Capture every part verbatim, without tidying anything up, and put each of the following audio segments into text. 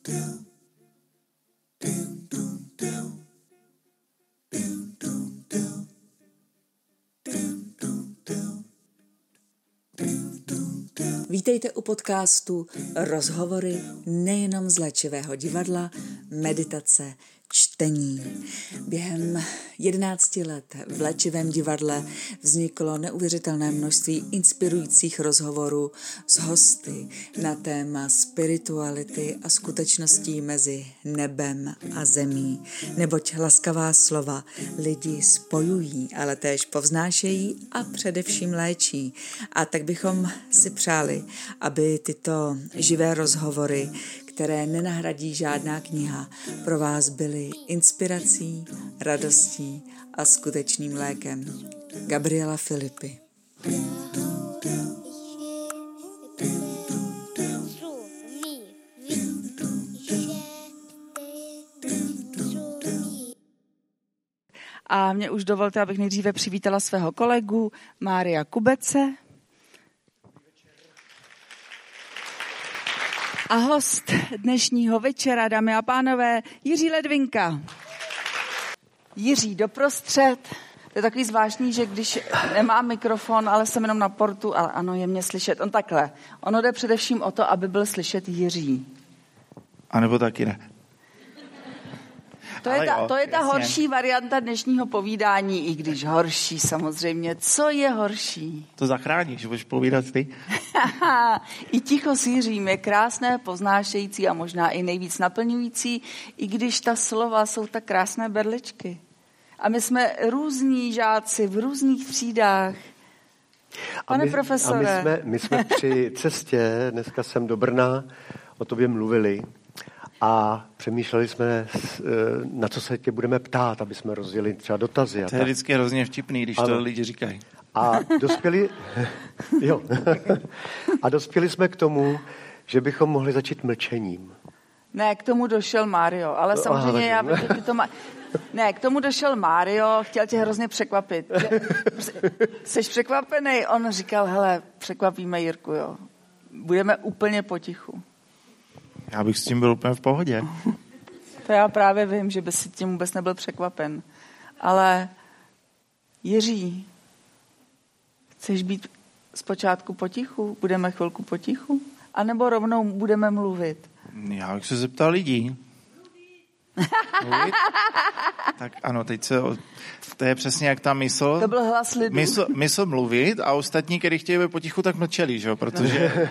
Vítejte u podcastu Rozhovory nejenom z léčivého divadla, meditace, čtení. Během jedenácti let v léčivém divadle vzniklo neuvěřitelné množství inspirujících rozhovorů s hosty na téma spirituality a skutečností mezi nebem a zemí. Neboť laskavá slova lidi spojují, ale též povznášejí a především léčí. A tak bychom si přáli, aby tyto živé rozhovory, které nenahradí žádná kniha, pro vás byly inspirací, radostí a skutečným lékem. Gabriela Filipy. A mě už dovolte, abych nejdříve přivítala svého kolegu Mária Kubece. A host dnešního večera, dámy a pánové, Jiří Ledvinka. Jiří doprostřed. To je takový zvláštní, že když nemá mikrofon, ale jsem jenom na portu, ale ano, je mě slyšet. On takhle. Ono jde především o to, aby byl slyšet Jiří. A nebo taky ne. To je, ta, jo, to je ta horší varianta dnešního povídání, i když horší samozřejmě. Co je horší? To zachráníš, budeš povídat ty. I ticho s Jiřím je krásné, poznášející a možná i nejvíc naplňující, i když ta slova jsou tak krásné berličky. A my jsme různí žáci v různých třídách. Pane a my, profesore. A my jsme, my jsme při cestě, dneska jsem do Brna, o tobě mluvili a přemýšleli jsme, na co se tě budeme ptát, aby jsme rozdělili třeba dotazy. To je vždycky hrozně vtipný, když ano. To lidi říkají. A dospěli, jo. A dospěli jsme k tomu, že bychom mohli začít mlčením. Ne, k tomu došel Mário, ale no, samozřejmě aha, já bych ty to má... Ne, k tomu došel Mário, chtěl tě hrozně překvapit. Jsi překvapený? On říkal, hele, překvapíme Jirku, jo. Budeme úplně potichu. Já bych s tím byl úplně v pohodě. To já právě vím, že by si tím vůbec nebyl překvapen. Ale Jiří, chceš být zpočátku potichu? Budeme chvilku potichu? A nebo rovnou budeme mluvit? Já bych se zeptal lidí. Mluvit? Tak ano, teď se... To je přesně jak ta mysl. To byl hlas lidí. Mysl, mysl mluvit a ostatní, když chtějí být potichu, tak mlčeli, že jo? Protože...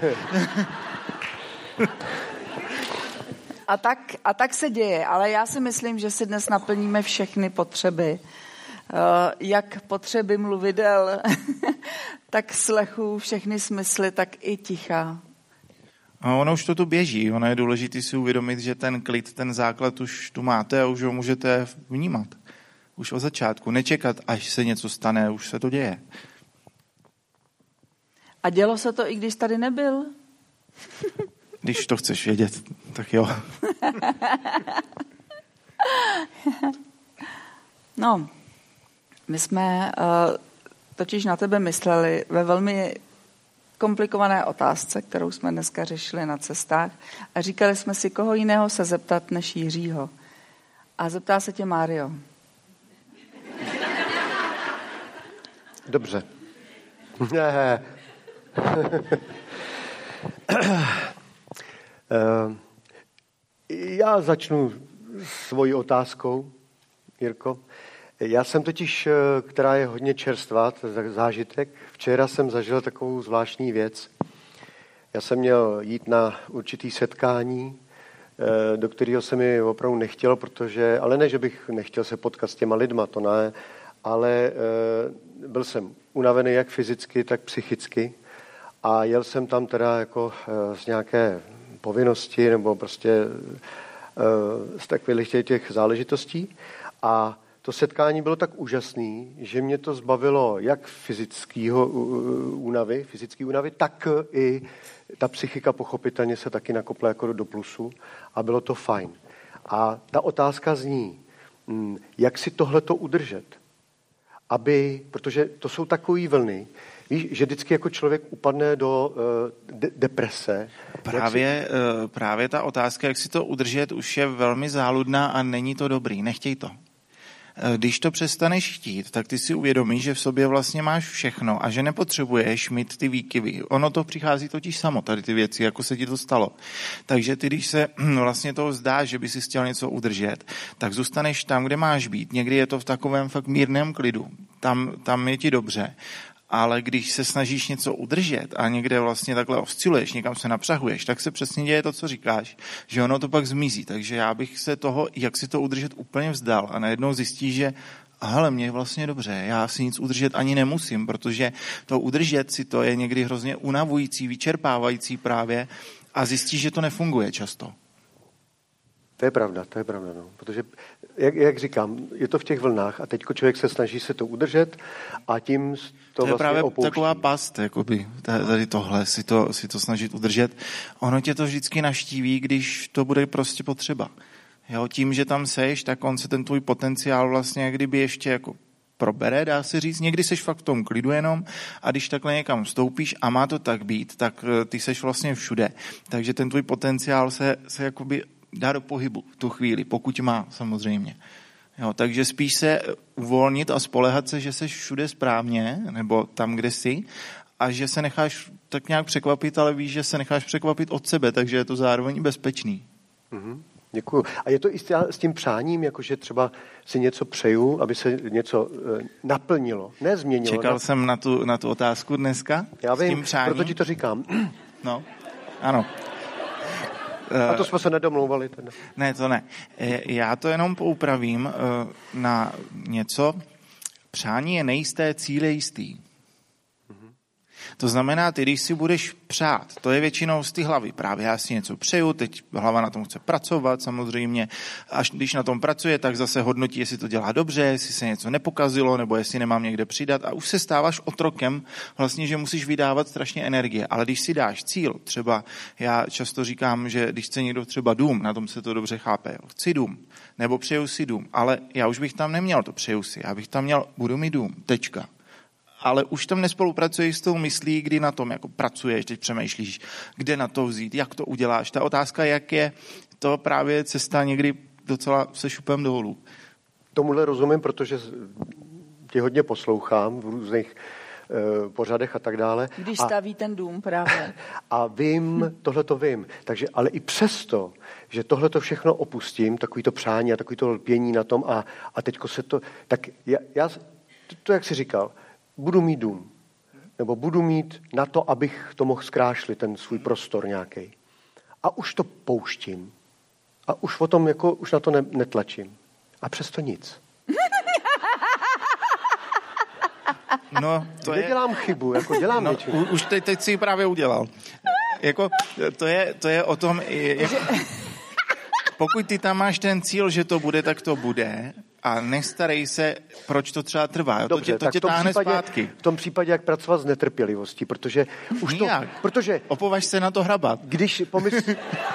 A tak, a tak se děje, ale já si myslím, že si dnes naplníme všechny potřeby. Jak potřeby mluvidel, tak slechu, všechny smysly, tak i ticha. A ono už to tu běží. Ono je důležité si uvědomit, že ten klid, ten základ už tu máte a už ho můžete vnímat. Už od začátku. Nečekat, až se něco stane, už se to děje. A dělo se to, i když tady nebyl? Když to chceš vědět, tak jo. No, my jsme uh, totiž na tebe mysleli ve velmi komplikované otázce, kterou jsme dneska řešili na cestách a říkali jsme si, koho jiného se zeptat než Jiřího. A zeptá se tě Mário. Dobře. Já začnu svojí otázkou, Jirko. Já jsem totiž, která je hodně čerstvá, to je zážitek. Včera jsem zažil takovou zvláštní věc. Já jsem měl jít na určitý setkání, do kterého se mi opravdu nechtělo, protože, ale ne, že bych nechtěl se potkat s těma lidma, to ne, ale byl jsem unavený jak fyzicky, tak psychicky a jel jsem tam teda jako z nějaké povinnosti nebo prostě z takových těch záležitostí a to setkání bylo tak úžasné, že mě to zbavilo jak fyzického únavy, fyzické únavy, tak i ta psychika pochopitelně se taky nakopla jako do plusu a bylo to fajn. A ta otázka zní, jak si tohleto udržet, aby, protože to jsou takové vlny, Víš, že vždycky jako člověk upadne do uh, de- deprese. Právě, si... uh, právě ta otázka, jak si to udržet, už je velmi záludná a není to dobrý. Nechtěj to. Když to přestaneš chtít, tak ty si uvědomíš, že v sobě vlastně máš všechno a že nepotřebuješ mít ty výkyvy. Ono to přichází totiž samo, tady ty věci, jako se ti to stalo. Takže ty, když se vlastně toho zdáš, že by si chtěl něco udržet, tak zůstaneš tam, kde máš být. Někdy je to v takovém fakt mírném klidu. Tam, tam je ti dobře. Ale když se snažíš něco udržet a někde vlastně takhle osciluješ, někam se napřahuješ, tak se přesně děje to, co říkáš, že ono to pak zmizí. Takže já bych se toho, jak si to udržet, úplně vzdal a najednou zjistíš, že hele, mě je vlastně dobře, já si nic udržet ani nemusím, protože to udržet si to je někdy hrozně unavující, vyčerpávající právě a zjistíš, že to nefunguje často. To je pravda, to je pravda, no. Protože, jak, jak říkám, je to v těch vlnách a teďko člověk se snaží se to udržet a tím to, to je vlastně právě opouští. Taková past, jakoby, tady tohle, si to, si to snažit udržet. Ono tě to vždycky naštíví, když to bude prostě potřeba. Jo, tím, že tam seš, tak on se ten tvůj potenciál vlastně kdyby ještě jako probere, dá se říct. Někdy seš fakt v tom klidu jenom a když takhle někam vstoupíš a má to tak být, tak ty seš vlastně všude. Takže ten tvůj potenciál se, se jakoby dá do pohybu v tu chvíli, pokud má samozřejmě. Jo, takže spíš se uvolnit a spolehat se, že seš všude správně, nebo tam, kde jsi, a že se necháš tak nějak překvapit, ale víš, že se necháš překvapit od sebe, takže je to zároveň bezpečný. Mm-hmm. Děkuju. A je to i s tím přáním, jakože třeba si něco přeju, aby se něco e, naplnilo, ne změnilo. Čekal na... jsem na tu, na tu otázku dneska. Já s vím, tím přáním. proto ti to říkám. No, ano. A to jsme se nedomlouvali. Teda. Ne, to ne. Já to jenom poupravím na něco. Přání je nejisté, cíl je jistý. To znamená, ty, když si budeš přát, to je většinou z ty hlavy. Právě já si něco přeju, teď hlava na tom chce pracovat samozřejmě. Až když na tom pracuje, tak zase hodnotí, jestli to dělá dobře, jestli se něco nepokazilo, nebo jestli nemám někde přidat. A už se stáváš otrokem, vlastně, že musíš vydávat strašně energie. Ale když si dáš cíl, třeba já často říkám, že když chce někdo třeba dům, na tom se to dobře chápe, jo. Chci dům, nebo přeju si dům, ale já už bych tam neměl to přeju si, já bych tam měl budu mít dům, tečka. Ale už tam nespolupracuješ s tou myslí, kdy na tom jako pracuješ, teď přemýšlíš, kde na to vzít, jak to uděláš. Ta otázka, jak je to právě cesta někdy docela se šupem dolů. Tomuhle rozumím, protože tě hodně poslouchám v různých uh, pořadech a tak dále. Když a, staví ten dům právě. A vím, tohle to vím. Takže, ale i přesto, že tohle to všechno opustím, takový to přání a takový to lpění na tom a, a teďko se to, tak já, já to, to, jak jsi říkal, budu mít dům. Nebo budu mít na to, abych to mohl zkrášlit, ten svůj prostor nějaký. A už to pouštím. A už o tom, jako, už na to ne, netlačím. A přesto nic. No, to je... Nedělám chybu, jako dělám no, něčím. Už teď, teď si ji právě udělal. Jako, to je, to je o tom... Jako, pokud ty tam máš ten cíl, že to bude, tak to bude. A nestarej se, proč to třeba trvá. Dobře, to tě, to tě táhne případě, zpátky. V tom případě, jak pracovat s netrpělivostí, protože už Nijak. to... Protože... Opovaž se na to hrabat. Když pomysl...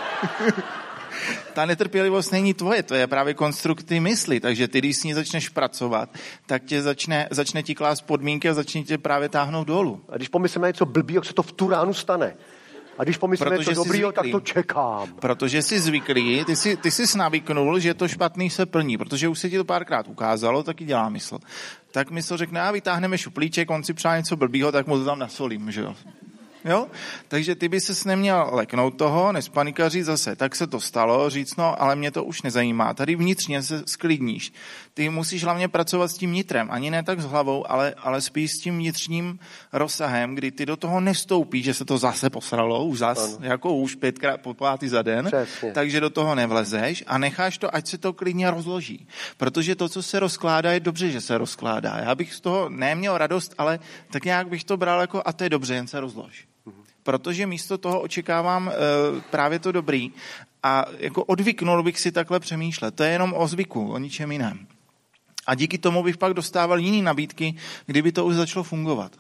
Ta netrpělivost není tvoje, to je právě konstrukt ty mysli, takže ty, když s ní začneš pracovat, tak tě začne, začne ti klást podmínky a začne tě právě táhnout dolů. A když pomyslíme něco blbýho, jak se to v tu ránu stane. A když pomyslíme něco dobrýho, tak to čekám. Protože jsi zvyklý, ty jsi, ty jsi navyknul, že to špatný se plní, protože už se ti to párkrát ukázalo, taky dělá mysl. Tak mysl řekne, a vytáhneme šuplíček, on si přál něco blbýho, tak mu to tam nasolím, že jo. Jo? Takže ty by ses neměl leknout toho, nespanikařit zase. Tak se to stalo, říct, no, ale mě to už nezajímá. Tady vnitřně se sklidníš. Ty musíš hlavně pracovat s tím nitrem, ani ne tak s hlavou, ale, ale spíš s tím vnitřním rozsahem, kdy ty do toho nevstoupíš, že se to zase posralo, už zas, ano. Jako už pětkrát po pátý za den, přesně. Takže do toho nevlezeš a necháš to, ať se to klidně rozloží. Protože to, co se rozkládá, je dobře, že se rozkládá. Já bych z toho neměl radost, ale tak nějak bych to bral jako, a to je dobře, jen se rozlož. Protože místo toho očekávám e, právě to dobrý a jako odvyknul bych si takhle přemýšlet. To je jenom o zvyku, o ničem jiném. A díky tomu bych pak dostával jiný nabídky, kdyby to už začalo fungovat.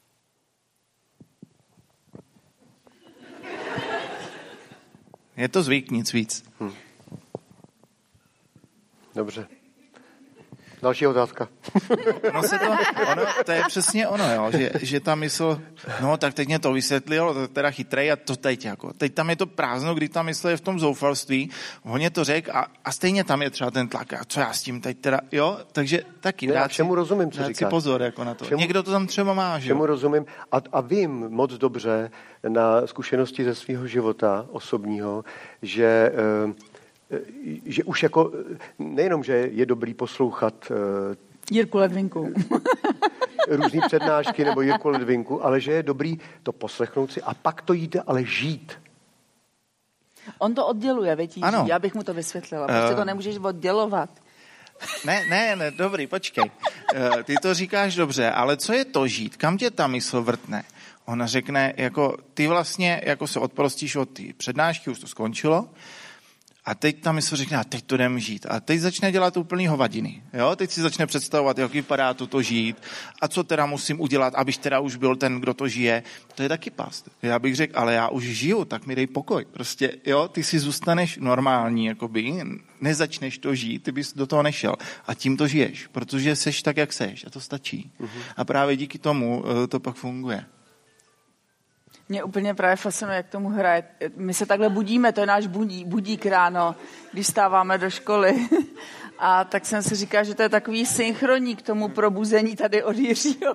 Je to zvyk, nic víc. Hmm. Dobře. Další otázka. No se to, ono, to je přesně ono, jo, že, že ta mysl, no tak teď mě to vysvětlilo, to teda chytrej a to teď jako. Teď tam je to prázdno, kdy ta mysl je v tom zoufalství, hodně to řek a, a stejně tam je třeba ten tlak. A co já s tím teď teda, jo, takže taky. Ne, já všemu rozumím, co dát říkáš. si pozor jako na to. Všemu, Někdo to tam třeba má, že všemu jo. rozumím a, a vím moc dobře na zkušenosti ze svého života osobního, že... Eh, že už jako, nejenom, že je dobrý poslouchat Jirku Ledvinku. různý přednášky nebo Jirku Ledvinku, ale že je dobrý to poslechnout si a pak to jít, ale žít. On to odděluje, větí, já bych mu to vysvětlila. Prostě to nemůžeš oddělovat. Ne, ne, ne, dobrý, počkej. Ty to říkáš dobře, ale co je to žít? Kam tě ta mysl vrtne? Ona řekne, jako ty vlastně jako se odprostíš od té přednášky, už to skončilo, a teď tam mysl řekne, a teď to jdem žít. A teď začne dělat úplný hovadiny. Jo? Teď si začne představovat, jak vypadá toto žít a co teda musím udělat, abych teda už byl ten, kdo to žije. To je taky past. Já bych řekl, ale já už žiju, tak mi dej pokoj. Prostě, jo, ty si zůstaneš normální, jakoby, nezačneš to žít, ty bys do toho nešel. A tím to žiješ, protože seš tak, jak seš. A to stačí. Uh-huh. A právě díky tomu to pak funguje. Mě úplně právě fascinuje, jak tomu hraje. My se takhle budíme, to je náš budí, budík ráno, když stáváme do školy. A tak jsem si říkal, že to je takový synchronní k tomu probuzení tady od Jiřího.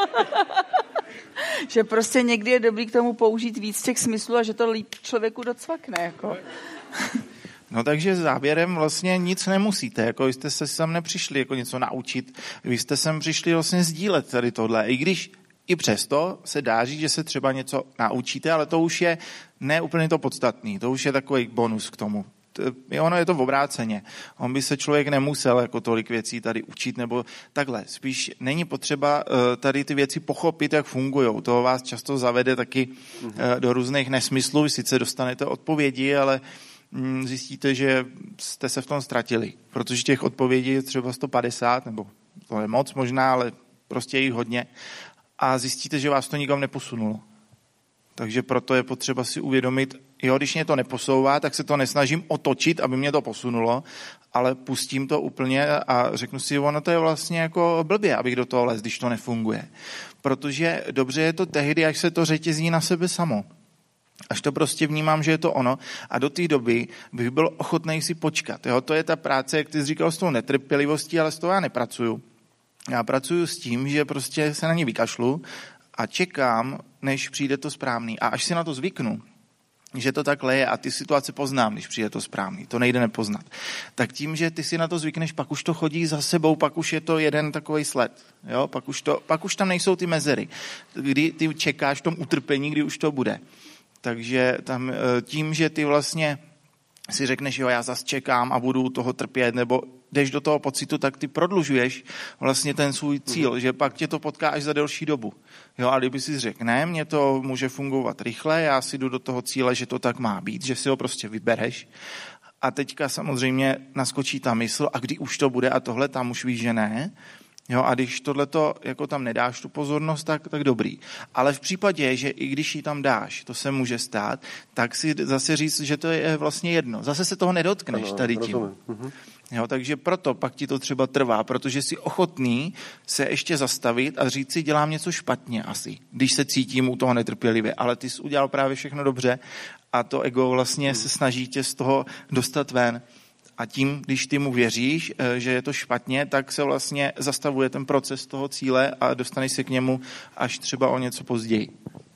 Že prostě někdy je dobrý k tomu použít víc těch smyslů a že to líp člověku docvakne. Jako. No takže závěrem vlastně nic nemusíte, jako jste se sem nepřišli jako něco naučit, vy jste sem přišli vlastně sdílet tady tohle, i když i přesto se dá říct, že se třeba něco naučíte, ale to už je ne úplně to podstatný, to už je takový bonus k tomu. Ono je to v obráceně. On by se člověk nemusel jako tolik věcí tady učit, nebo takhle. Spíš není potřeba tady ty věci pochopit, jak fungují. To vás často zavede taky do různých nesmyslů. Sice dostanete odpovědi, ale zjistíte, že jste se v tom ztratili. Protože těch odpovědí je třeba sto padesát, nebo to je moc možná, ale prostě je jich hodně. A zjistíte, že vás to nikam neposunulo. Takže proto je potřeba si uvědomit, jo, když mě to neposouvá, tak se to nesnažím otočit, aby mě to posunulo, ale pustím to úplně a řeknu si, ono to je vlastně jako blbě, abych do toho les, když to nefunguje. Protože dobře je to tehdy, až se to řetězí na sebe samo. Až to prostě vnímám, že je to ono a do té doby bych byl ochotný si počkat. Jo? To je ta práce, jak ty jsi říkal, s tou netrpělivostí, ale s toho já nepracuju. Já pracuju s tím, že prostě se na ně vykašlu a čekám, než přijde to správný. A až si na to zvyknu, že to takhle je a ty situace poznám, když přijde to správný, to nejde nepoznat, tak tím, že ty si na to zvykneš, pak už to chodí za sebou, pak už je to jeden takovej sled. Jo? Pak, už to, pak už tam nejsou ty mezery, kdy ty čekáš v tom utrpení, kdy už to bude. Takže tam tím, že ty vlastně si řekneš, jo, já zas čekám a budu toho trpět, nebo jdeš do toho pocitu, tak ty prodlužuješ vlastně ten svůj cíl, mm. že pak tě to potká až za delší dobu. Jo, a kdyby si řekl, ne, mně to může fungovat rychle, já si jdu do toho cíle, že to tak má být, že si ho prostě vybereš. A teďka samozřejmě naskočí ta mysl, a kdy už to bude a tohle tam už víš, že ne. Jo, a když tohleto jako tam nedáš tu pozornost, tak, tak dobrý. Ale v případě, že i když ji tam dáš, to se může stát, tak si zase říct, že to je vlastně jedno. Zase se toho nedotkneš ano, tady tím. Mhm. Jo, takže proto pak ti to třeba trvá, protože jsi ochotný se ještě zastavit a říct si, dělám něco špatně asi, když se cítím u toho netrpělivě, ale ty jsi udělal právě všechno dobře a to ego vlastně se snaží tě z toho dostat ven. A tím, když ty mu věříš, že je to špatně, tak se vlastně zastavuje ten proces toho cíle a dostaneš se k němu až třeba o něco později.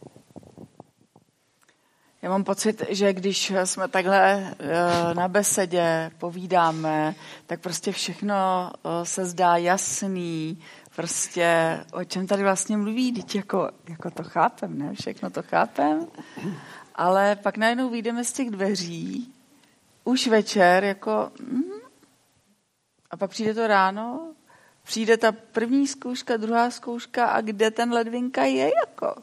Já mám pocit, že když jsme takhle na besedě povídáme, tak prostě všechno se zdá jasný, prostě o čem tady vlastně mluví, teď jako, jako to chápem, ne? Všechno to chápem, ale pak najednou vyjdeme z těch dveří, už večer, jako mm, a pak přijde to ráno, přijde ta první zkouška, druhá zkouška a kde ten Ledvinka je, jako.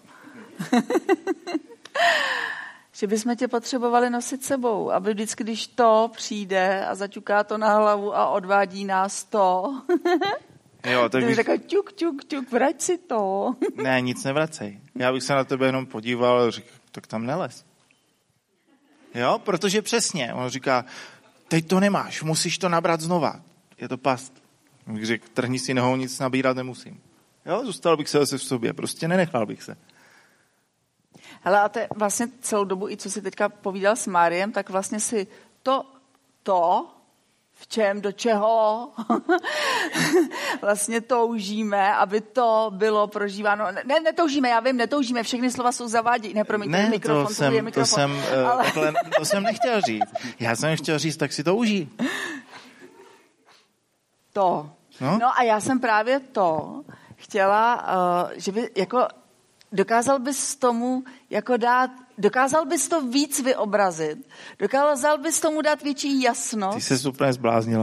Že bychom tě potřebovali nosit sebou, aby vždycky, když to přijde a zaťuká to na hlavu a odvádí nás to, jo, tak bych řekl, ťuk, ťuk, ťuk, vrať si to. Ne, nic nevracej. Já bych se na tebe jenom podíval a řekl, tak tam nelez. Jo, protože přesně, on říká, teď to nemáš, musíš to nabrat znova. Je to past. Bych řekl, trhni si nohou, nic nabírat nemusím. Jo, zůstal bych se zase v sobě, prostě nenechal bych se. Hele, a te vlastně celou dobu, i co jsi teďka povídal s Máriem, tak vlastně si to, to, v čem, do čeho vlastně toužíme, aby to bylo prožíváno. Ne, netoužíme, já vím, netoužíme, všechny slova jsou zavádí. Ne, promiňte, ne, mikrofon, to jsem, je mikrofon. To jsem, ale... takhle, to jsem nechtěl říct. Já jsem chtěl říct, tak si to užij. To. No, no a já jsem právě to chtěla, uh, že by jako dokázal bys tomu jako dát, dokázal bys to víc vyobrazit, dokázal bys tomu dát větší jasnost. Ty jsi úplně zbláznila.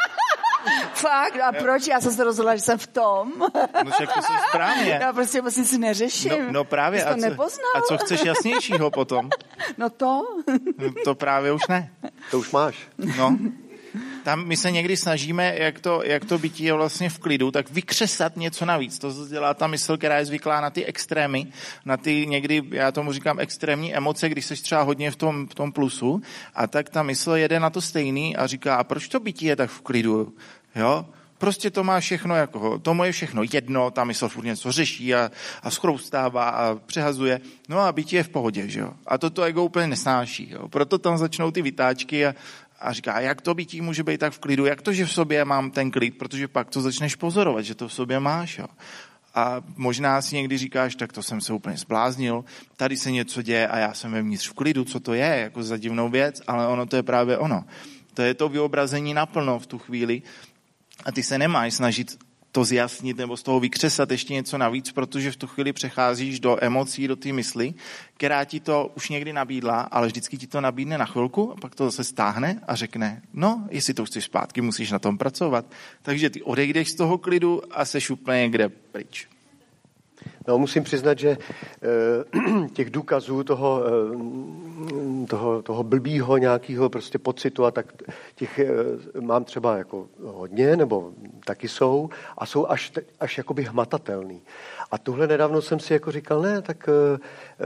Fakt, a proč? Já jsem se rozhodla, že jsem v tom. No však to jsi správně. Já prostě vlastně si neřeším. No, no právě. Jsi to a, nepoznal? co, a co chceš jasnějšího potom? No to. No, to právě už ne. To už máš. No. Tam my se někdy snažíme, jak to, jak to bytí je vlastně v klidu, tak vykřesat něco navíc. To dělá ta mysl, která je zvyklá na ty extrémy, na ty někdy, já tomu říkám, extrémní emoce, když jsi třeba hodně v tom, v tom plusu, a tak ta mysl jede na to stejný a říká, a proč to bytí je tak v klidu? Jo? Prostě to má všechno, jako, tomu je všechno jedno, ta mysl furt něco řeší a, a schroustává a přehazuje. No a bytí je v pohodě, že jo? A to to ego úplně nesnáší, jo? Proto tam začnou ty vytáčky a A říká, jak to bytí může být tak v klidu, jak to, že v sobě mám ten klid, protože pak to začneš pozorovat, že to v sobě máš. Jo. A možná si někdy říkáš, tak to jsem se úplně zbláznil, tady se něco děje a já jsem vevnitř v klidu, co to je, jako za divnou věc, ale ono to je právě ono. To je to vyobrazení naplno v tu chvíli a ty se nemáš snažit to zjasnit nebo z toho vykřesat ještě něco navíc, protože v tu chvíli přecházíš do emocí, do té mysli, která ti to už někdy nabídla, ale vždycky ti to nabídne na chvilku a pak to zase stáhne a řekne, no, jestli to chceš zpátky, musíš na tom pracovat. Takže ty odejdeš z toho klidu a seš úplně někde pryč. No, musím přiznat, že e, těch důkazů toho, e, toho, toho blbýho nějakého prostě pocitu a tak těch e, mám třeba jako hodně, nebo taky jsou a jsou až, až jakoby hmatatelný. A tuhle nedávno jsem si jako říkal, ne, tak e,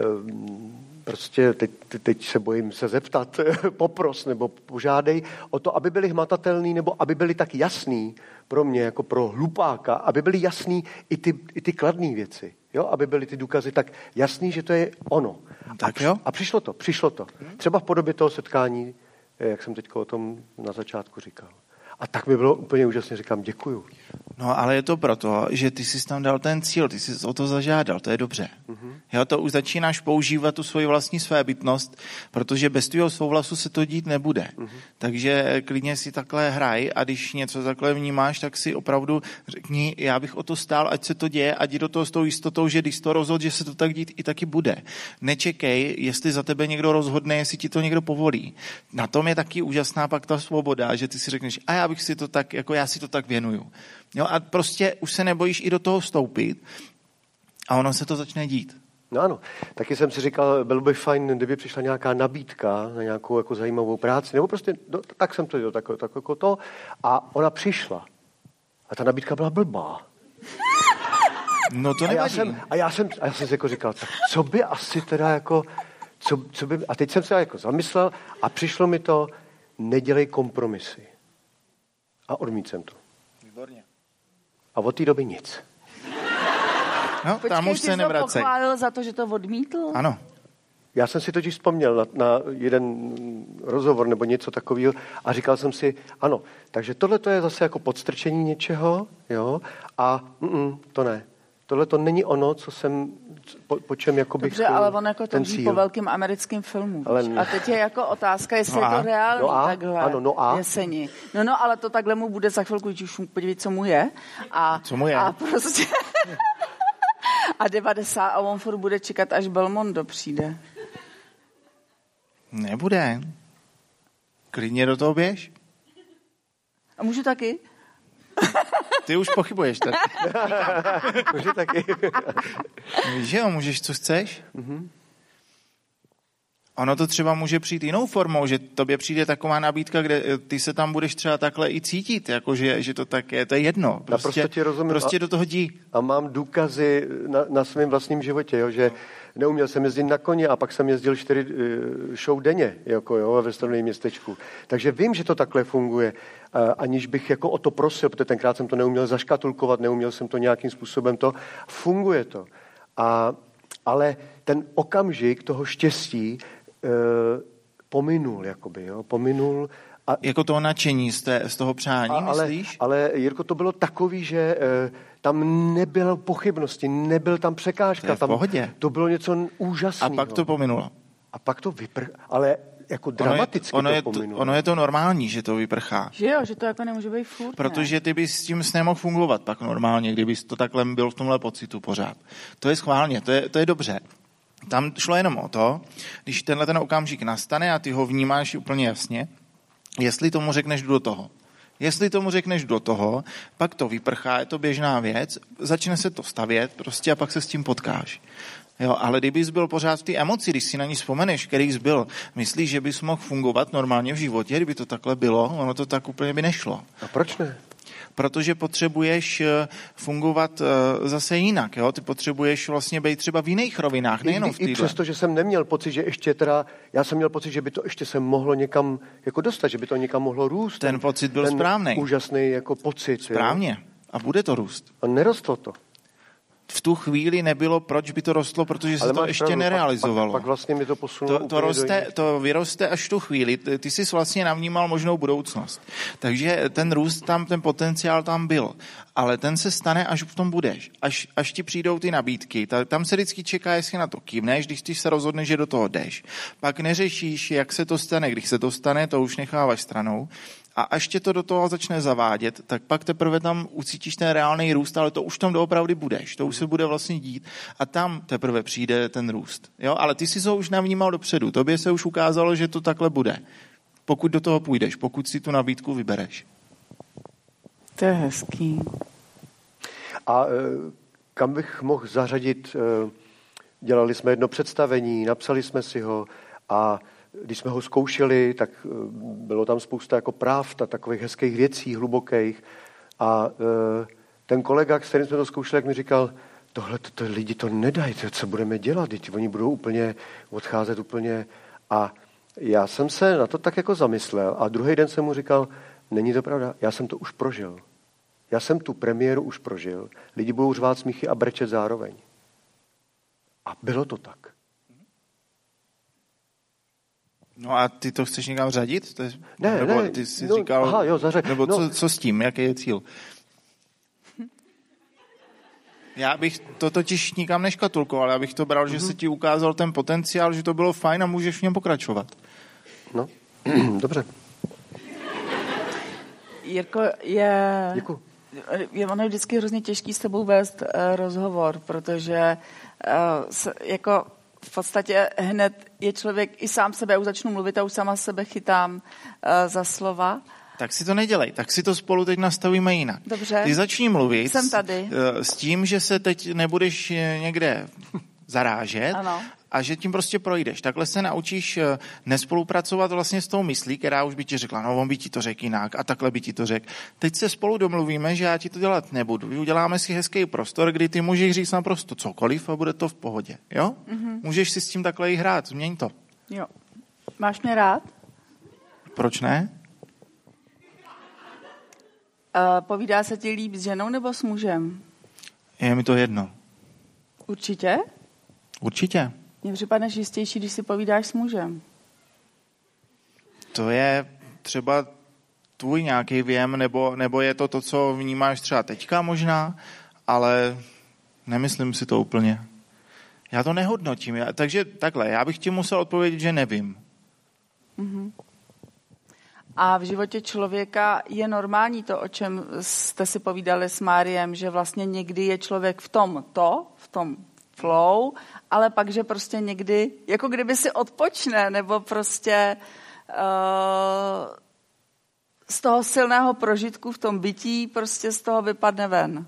prostě teď, teď se bojím se zeptat, popros nebo požádej o to, aby byly hmatatelný nebo aby byly tak jasný pro mě, jako pro hlupáka, aby byly jasný i ty, i ty kladné věci. Jo, aby byly ty důkazy tak jasný, že to je ono. Tak a, jo. a přišlo to, přišlo to. Třeba v podobě toho setkání, jak jsem teď o tom na začátku říkal. A tak by bylo úplně úžasně, říkám, děkuju. No, ale je to proto, že ty jsi tam dal ten cíl, ty jsi o to zažádal, to je dobře. Mm-hmm. Jo, to už začínáš používat tu svoji vlastní svébytnost, protože bez tvého souhlasu se to dít nebude. Mm-hmm. Takže klidně si takhle hraj a když něco takhle vnímáš, tak si opravdu řekni, já bych o to stál, ať se to děje, ať jdi do toho s tou jistotou, že když to rozhodl, že se to tak dít i taky bude. Nečekej, jestli za tebe někdo rozhodne, jestli ti to někdo povolí. Na tom je taky úžasná pak ta svoboda, že ty si řekneš, a já bych si to tak, jako já si to tak věnuju. Jo, a prostě už se nebojíš i do toho vstoupit a ono se to začne dít. No ano, taky jsem si říkal, bylo by fajn, kdyby přišla nějaká nabídka na nějakou jako zajímavou práci, nebo prostě, no, tak jsem to dělal, tak, tak jako to, a ona přišla. A ta nabídka byla blbá. No to a já nevadí. jsem, a já jsem, a já jsem si jako říkal, tak co by asi teda jako, co, co by, a teď jsem se jako zamyslel a přišlo mi to, nedělej kompromisy. A odmítl jsem to. Výborně. A od té doby nic. No, Počkej, tam už se nevracej. Počkej, pochválil za to, že to odmítl? Ano. Já jsem si totiž vzpomněl na, na jeden rozhovor nebo něco takového a říkal jsem si, ano, takže tohle to je zase jako podstrčení něčeho, jo, a mm, to ne. Tohle to není ono, co jsem, po, po čem jako bych... Dobře, ale on jako to ví po velkým americkým filmu. Ale... A teď je jako otázka, jestli no je to reálný no a? takhle. Ano, no a? Jeseni. No no, ale to takhle mu bude za chvilku, když už mu podívej, co mu je. A, co mu je? A prostě... a devadesát a on furt bude čekat, až Belmondo přijde. Nebude. Klidně do toho běž. A můžu taky? Ty už pochybuješ tady. Můžu taky. Víš, že jo, můžeš, co chceš? Mm-hmm. Ono to třeba může přijít jinou formou, že tobě přijde taková nabídka, kde ty se tam budeš třeba takhle i cítit, jako že, že to tak je, to je jedno. Prostě, ti rozumím. prostě do toho jdi. A mám důkazy na, na svém vlastním životě, jo, že neuměl jsem jezdit na koně a pak jsem jezdil čtyři show denně, jako jo, ve strojním městečku. Takže vím, že to takhle funguje, aniž bych jako o to prosil, protože tenkrát jsem to neuměl zaškatulkovat, neuměl jsem to nějakým způsobem, to funguje to. A, ale ten okamžik toho štěstí e, pominul, jakoby, jo, pominul. A, jako toho nadšení z, té, z toho přání, a, ale, myslíš? Ale, Jirko, to bylo takový, že e, tam nebylo pochybnosti, nebyl tam překážka. To je v tam, pohodě. To bylo něco úžasného. A pak to pominulo. A pak to vyprchlo, ale jako dramaticky ono je, to ono je pominulo. To, ono je to normální, že to vyprchá. Že jo, že to jako nemůže být furt. Protože ne? ty bys s tím nemohl fungovat pak normálně, kdybys to takhle byl v tomhle pocitu pořád. To je schválně, to je, to je dobře. Tam šlo jenom o to, když tenhle ten okamžik nastane a ty ho vnímáš úplně jasně, jestli tomu řekneš do toho. Jestli tomu řekneš do toho, pak to vyprchá, je to běžná věc, začne se to stavět prostě a pak se s tím potkáš. Jo, ale kdybys byl pořád v té emoci, když si na ní vzpomeneš, který jsi byl, myslíš, že bys mohl fungovat normálně v životě, kdyby to takhle bylo, ono to tak úplně by nešlo. A proč ne? Protože potřebuješ fungovat zase jinak. Jo? Ty potřebuješ vlastně být třeba v jiných rovinách, nejenom v téhle. I přesto, že jsem neměl pocit, že ještě teda, já jsem měl pocit, že by to ještě se mohlo někam jako dostat, že by to někam mohlo růst. Ten pocit byl správný. Úžasný jako pocit. Správně. Jo? A bude to růst. A nerostlo to. V tu chvíli nebylo, proč by to rostlo, protože se to ještě pravdu, nerealizovalo. Pak, pak vlastně mi to posunulo. To, to, roste, to vyroste až v tu chvíli. Ty, ty jsi vlastně navnímal možnou budoucnost. Takže ten růst tam, ten potenciál tam byl. Ale ten se stane, až v tom budeš. Až, až ti přijdou ty nabídky. Ta, tam se vždycky čeká, jestli na to kývneš, když ty se rozhodneš, že do toho jdeš. Pak neřešíš, jak se to stane. Když se to stane, to už necháváš stranou. A až tě to do toho začne zavádět, tak pak teprve tam ucítíš ten reálný růst, ale to už tam doopravdy budeš. To už se bude vlastně dít a tam teprve přijde ten růst. Jo? Ale ty jsi to už navnímal dopředu. Tobě se už ukázalo, že to takhle bude. Pokud do toho půjdeš, pokud si tu nabídku vybereš. To je hezký. A e, kam bych mohl zařadit, e, dělali jsme jedno představení, napsali jsme si ho a když jsme ho zkoušeli, tak bylo tam spousta jako pravd a takových hezkých věcí, hlubokých. A e, ten kolega, s kterým jsme to zkoušeli, jak mi říkal, tohle to, to, lidi to nedají, to, co budeme dělat, teď oni budou úplně odcházet úplně. A já jsem se na to tak jako zamyslel a druhý den jsem mu říkal, není to pravda, já jsem to už prožil. Já jsem tu premiéru už prožil. Lidi budou řvát smíchy a brečet zároveň. A bylo to tak. No a ty to chceš někam řadit? To je, ne, nebo ne. ty jsi no, říkal, aha, jo, zařad, nebo no. co, co s tím, jaký je cíl? Já bych to totiž nikam neškatulkoval, já bych to bral, mm-hmm. že se ti ukázal ten potenciál, že to bylo fajn a můžeš v něm pokračovat. No, dobře. Jirko, je... Děkuji. Je ono je vždycky hrozně těžký s tebou vést uh, rozhovor, protože uh, s, jako v podstatě hned je člověk i sám sebe, já už začnu mluvit a už sama sebe chytám uh, za slova. Tak si to nedělej, tak si to spolu teď nastavíme jinak. Dobře. Ty začni mluvit Jsem tady. S, s tím, že se teď nebudeš někde zarážet ano. a že tím prostě projdeš. Takhle se naučíš nespolupracovat vlastně s tou myslí, která už by ti řekla, no on by ti to řekl jinak a takhle by ti to řekl. Teď se spolu domluvíme, že já ti to dělat nebudu. Uděláme si hezký prostor, kdy ty můžeš říct naprosto cokoliv a bude to v pohodě. Jo? Mm-hmm. Můžeš si s tím takhle i hrát, změň to. Jo. Máš mě rád? Proč ne? Uh, povídá se ti líp s ženou nebo s mužem? Je mi to jedno. Určitě? Určitě. Mně připadneš jistější, když si povídáš s mužem. To je třeba tvůj nějaký věm, nebo, nebo je to to, co vnímáš třeba teďka možná, ale nemyslím si to úplně. Já to nehodnotím. Já, takže takhle, já bych ti musel odpovědět, že nevím. Mm-hmm. A v životě člověka je normální to, o čem jste si povídali s Máriem, že vlastně někdy je člověk v tom to, v tom flow, ale pak, že prostě někdy, jako kdyby si odpočne, nebo prostě uh, z toho silného prožitku v tom bytí prostě z toho vypadne ven.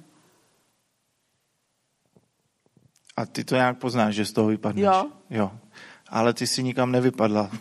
A ty to nějak poznáš, že z toho vypadneš? Jo. Jo. Ale ty si nikam nevypadla.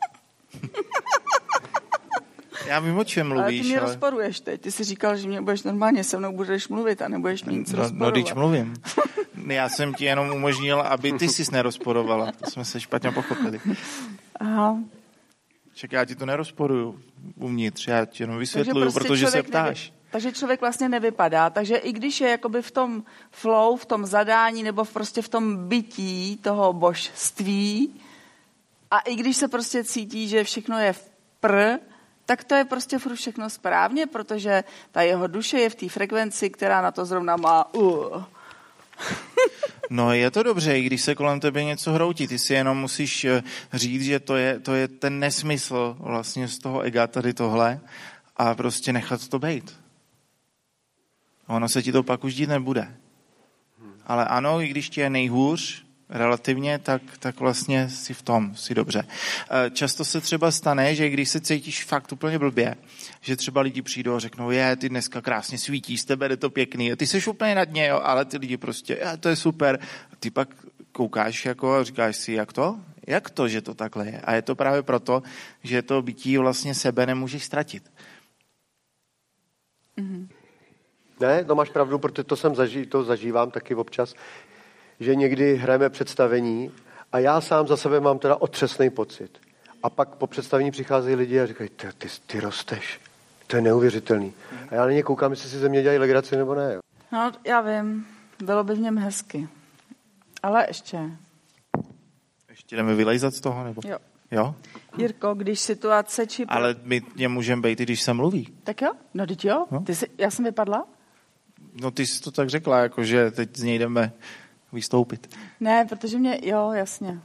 Já vím, o čem mluvíš. Ale ty mě ale... rozporuješ teď. Ty jsi říkal, že mě budeš normálně se mnou budeš mluvit a nebudeš mít nic no, rozporovat. No, když mluvím. Já jsem ti jenom umožnil, aby ty jsi nerozporovala. To jsme se špatně pochopili. Aha. Ček, já ti to nerozporuju uvnitř, já ti jenom vysvětluju, prostě protože se ptáš. Nevy, takže člověk vlastně nevypadá. Takže i když je jakoby v tom flow, v tom zadání nebo prostě v tom bytí toho božství a i když se prostě cítí, že všechno je v pr, tak to je prostě furt všechno správně, protože ta jeho duše je v té frekvenci, která na to zrovna má. Uh. No je to dobře, i když se kolem tebe něco hroutí. Ty si jenom musíš říct, že to je, to je ten nesmysl vlastně z toho ega tady tohle a prostě nechat to bejt. Ono se ti to pak už dít nebude. Ale ano, i když ti je nejhůř relativně, tak, tak vlastně si v tom, si dobře. Často se třeba stane, že když se cítíš fakt úplně blbě, že třeba lidi přijdou a řeknou, je, ty dneska krásně svítí, z tebe je to pěkný, ty jsi úplně na dně, jo, ale ty lidi prostě, je, to je super. A ty pak koukáš jako a říkáš si, jak to? Jak to, že to takhle je? A je to právě proto, že to bytí vlastně sebe nemůžeš ztratit. Mm-hmm. Ne, to máš pravdu, protože to, jsem zaží, to zažívám taky občas, že někdy hrajeme představení a já sám za sebe mám teda otřesný pocit. A pak po představení přicházejí lidi a říkají, ty, ty, ty rosteš, to je neuvěřitelný. A já na ně koukám, jestli si ze mě dělají legraci nebo ne. Jo. No, já vím, bylo by v něm hezky. Ale ještě. Ještě jdeme vylejzat z toho, nebo? Jo. Jo? Jirko, když situace či... Ale my tě můžeme bejt, i když se mluví. Tak jo? No, teď jo? No. Ty jsi, já jsem vypadla? No ty jsi to tak řekla, jako že teď z něj jdeme vystoupit. Ne, protože mě, jo, jasně.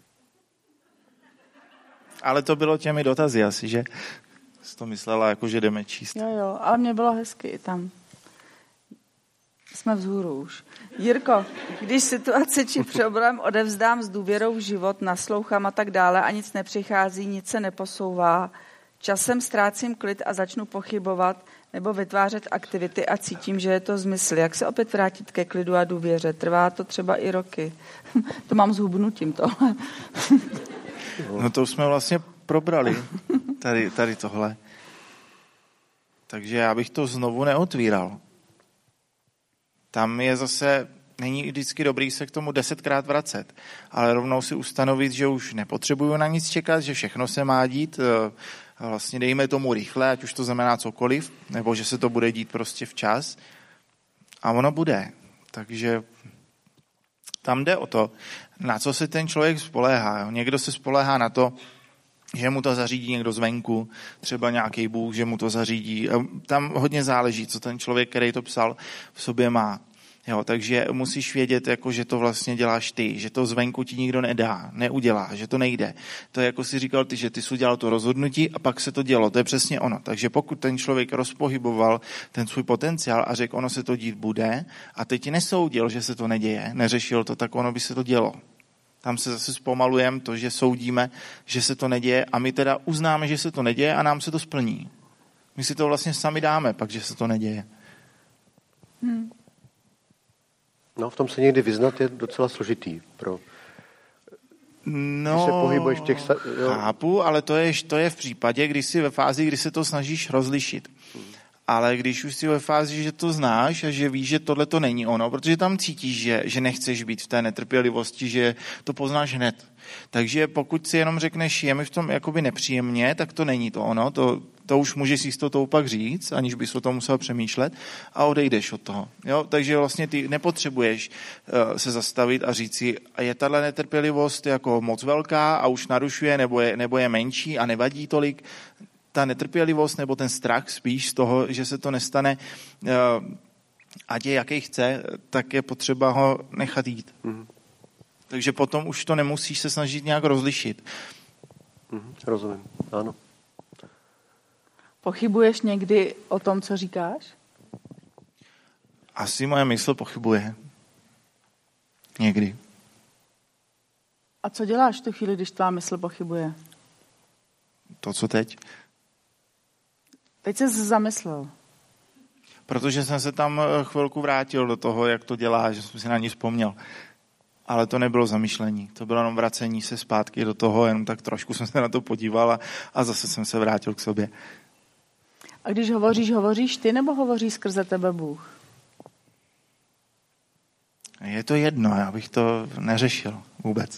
Ale to bylo těmi dotazy asi, že jsi to myslela, jako že jdeme číst. Jo, jo, ale mě bylo hezky i tam. Jsme vzhůru už. Jirko, když situace či problém odevzdám s důvěrou v život, naslouchám a tak dále a nic nepřichází, nic se neposouvá, časem ztrácím klid a začnu pochybovat nebo vytvářet aktivity a cítím, že je to zmysl. Jak se opět vrátit ke klidu a důvěře? Trvá to třeba i roky. To mám s hubnutím tohle. No to už jsme vlastně probrali, tady, tady tohle. Takže já bych to znovu neotvíral. Tam je zase, není vždycky dobrý se k tomu desetkrát vracet, ale rovnou si ustanovit, že už nepotřebuju na nic čekat, že všechno se má dít, vlastně dejme tomu rychle, ať už to znamená cokoliv, nebo že se to bude dít prostě včas a ono bude. Takže tam jde o to, na co se ten člověk spoléhá. Někdo se spoléhá na to, že mu to zařídí někdo zvenku, třeba nějaký Bůh, že mu to zařídí. Tam hodně záleží, co ten člověk, který to psal, v sobě má. Jo, takže musíš vědět, jako, že to vlastně děláš ty, že to zvenku ti nikdo nedá, neudělá, že to nejde. To je jako si říkal ty, že ty jsi udělal to rozhodnutí a pak se to dělo. To je přesně ono. Takže pokud ten člověk rozpohyboval ten svůj potenciál a řekl, ono se to dít bude a teď nesoudil, že se to neděje, neřešil to, tak ono by se to dělo. Tam se zase zpomalujeme to, že soudíme, že se to neděje a my teda uznáme, že se to neděje a nám se to splní. My si to vlastně sami dáme, pak, že se to neděje. Hmm. No, v tom se někdy vyznat je docela složitý. Pro... No, Když se pohybuješ v těch... Jo. Chápu, ale to je, to je v případě, kdy jsi ve fázi, kdy se to snažíš rozlišit. Hmm. Ale když už jsi ve fázi, že to znáš a že víš, že tohle to není ono, protože tam cítíš, že, že nechceš být v té netrpělivosti, že to poznáš hned. Takže pokud si jenom řekneš, je mi v tom jakoby nepříjemně, tak to není to ono, to, to už můžeš s jistotou pak říct, aniž bys o tom musel přemýšlet a odejdeš od toho. Jo? Takže vlastně ty nepotřebuješ uh, se zastavit a říct si, je tahle netrpělivost jako moc velká a už narušuje, nebo je, nebo je menší a nevadí tolik. Ta netrpělivost nebo ten strach spíš z toho, že se to nestane, ať je jaký chce, tak je potřeba ho nechat jít. Mm. Takže potom už to nemusíš se snažit nějak rozlišit. Mm, rozumím, ano. Pochybuješ někdy o tom, co říkáš? Asi moje mysl pochybuje. Někdy. A co děláš v tu chvíli, když tvá mysl pochybuje? To, co teď? Teď jsi zamyslel. Protože jsem se tam chvilku vrátil do toho, jak to dělá, že jsem si na ní vzpomněl. Ale to nebylo zamýšlení. To bylo jenom vracení se zpátky do toho, jenom tak trošku jsem se na to podíval a, a zase jsem se vrátil k sobě. A když hovoříš, hovoříš ty nebo hovoří skrze tebe Bůh? Je to jedno, já bych to neřešil vůbec.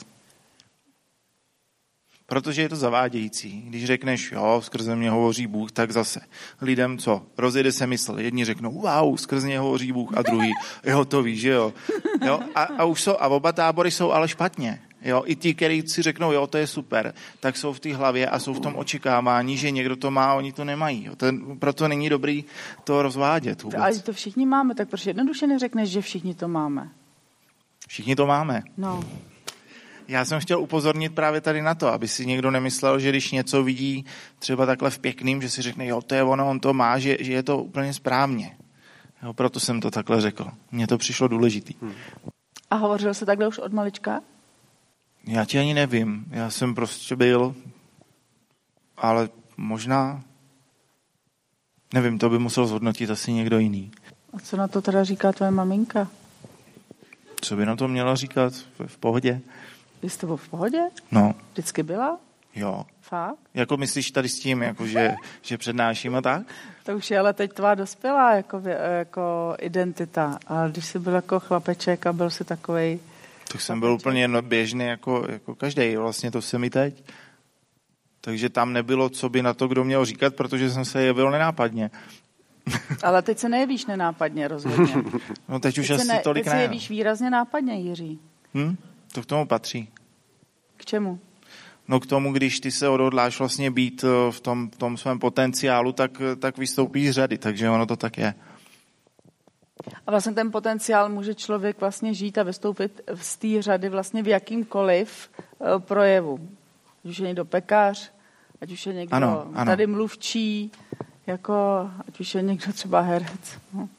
Protože je to zavádějící. Když řekneš, jo, skrze mě hovoří Bůh, tak zase lidem co? Rozjede se mysl. Jedni řeknou, wow, skrze mě hovoří Bůh, a druhý, jo, to víš, že jo. jo? A, a už jsou, a oba tábory jsou ale špatně. Jo? I ti, kteří si řeknou, jo, to je super, tak jsou v té hlavě a jsou v tom očekávání, že někdo to má a oni to nemají. Jo? Ten, proto není dobrý to rozvádět vůbec. Ale to všichni máme, tak proč jednoduše neřekneš, že všichni to máme? Všichni to máme. No. Já jsem chtěl upozornit právě tady na to, aby si někdo nemyslel, že když něco vidí třeba takhle v pěkným, že si řekne, jo, to je ono, on to má, že, že je to úplně správně. Jo, proto jsem to takhle řekl. Mně to přišlo důležitý. Hmm. A hovořil se takhle už od malička? Já ti ani nevím. Já jsem prostě byl, ale možná, nevím, to by musel zhodnotit asi někdo jiný. A co na to teda říká tvoje maminka? Co by na to měla říkat? V, v pohodě? Jsi s tebou v pohodě? No. Vždycky byla? Jo. Fakt? Jako myslíš tady s tím, jako že, že přednáším a tak? To už je ale teď tvá dospělá jako, jako identita. A když jsi byl jako chlapeček a byl jsi takovej... Tak jsem byl úplně běžný jako, jako každý. Vlastně to jsem i teď. Takže tam nebylo, co by na to kdo měl říkat, protože jsem se jevil nenápadně. Ale teď se nejevíš nenápadně rozhodně. No teď už teď asi ne, tolik teď ne. se jevíš výrazně nápadně, Jiří. Hm? To k tomu patří. K čemu? No k tomu, když ty se odhodláš vlastně být v tom, v tom svém potenciálu, tak, tak vystoupíš z řady, takže ono to tak je. A vlastně ten potenciál může člověk vlastně žít a vystoupit z té řady vlastně v jakýmkoliv uh, projevu. Ať už je někdo pekař, ať už je někdo ano, ano. tady mluvčí, jako, ať už je někdo třeba herec. No.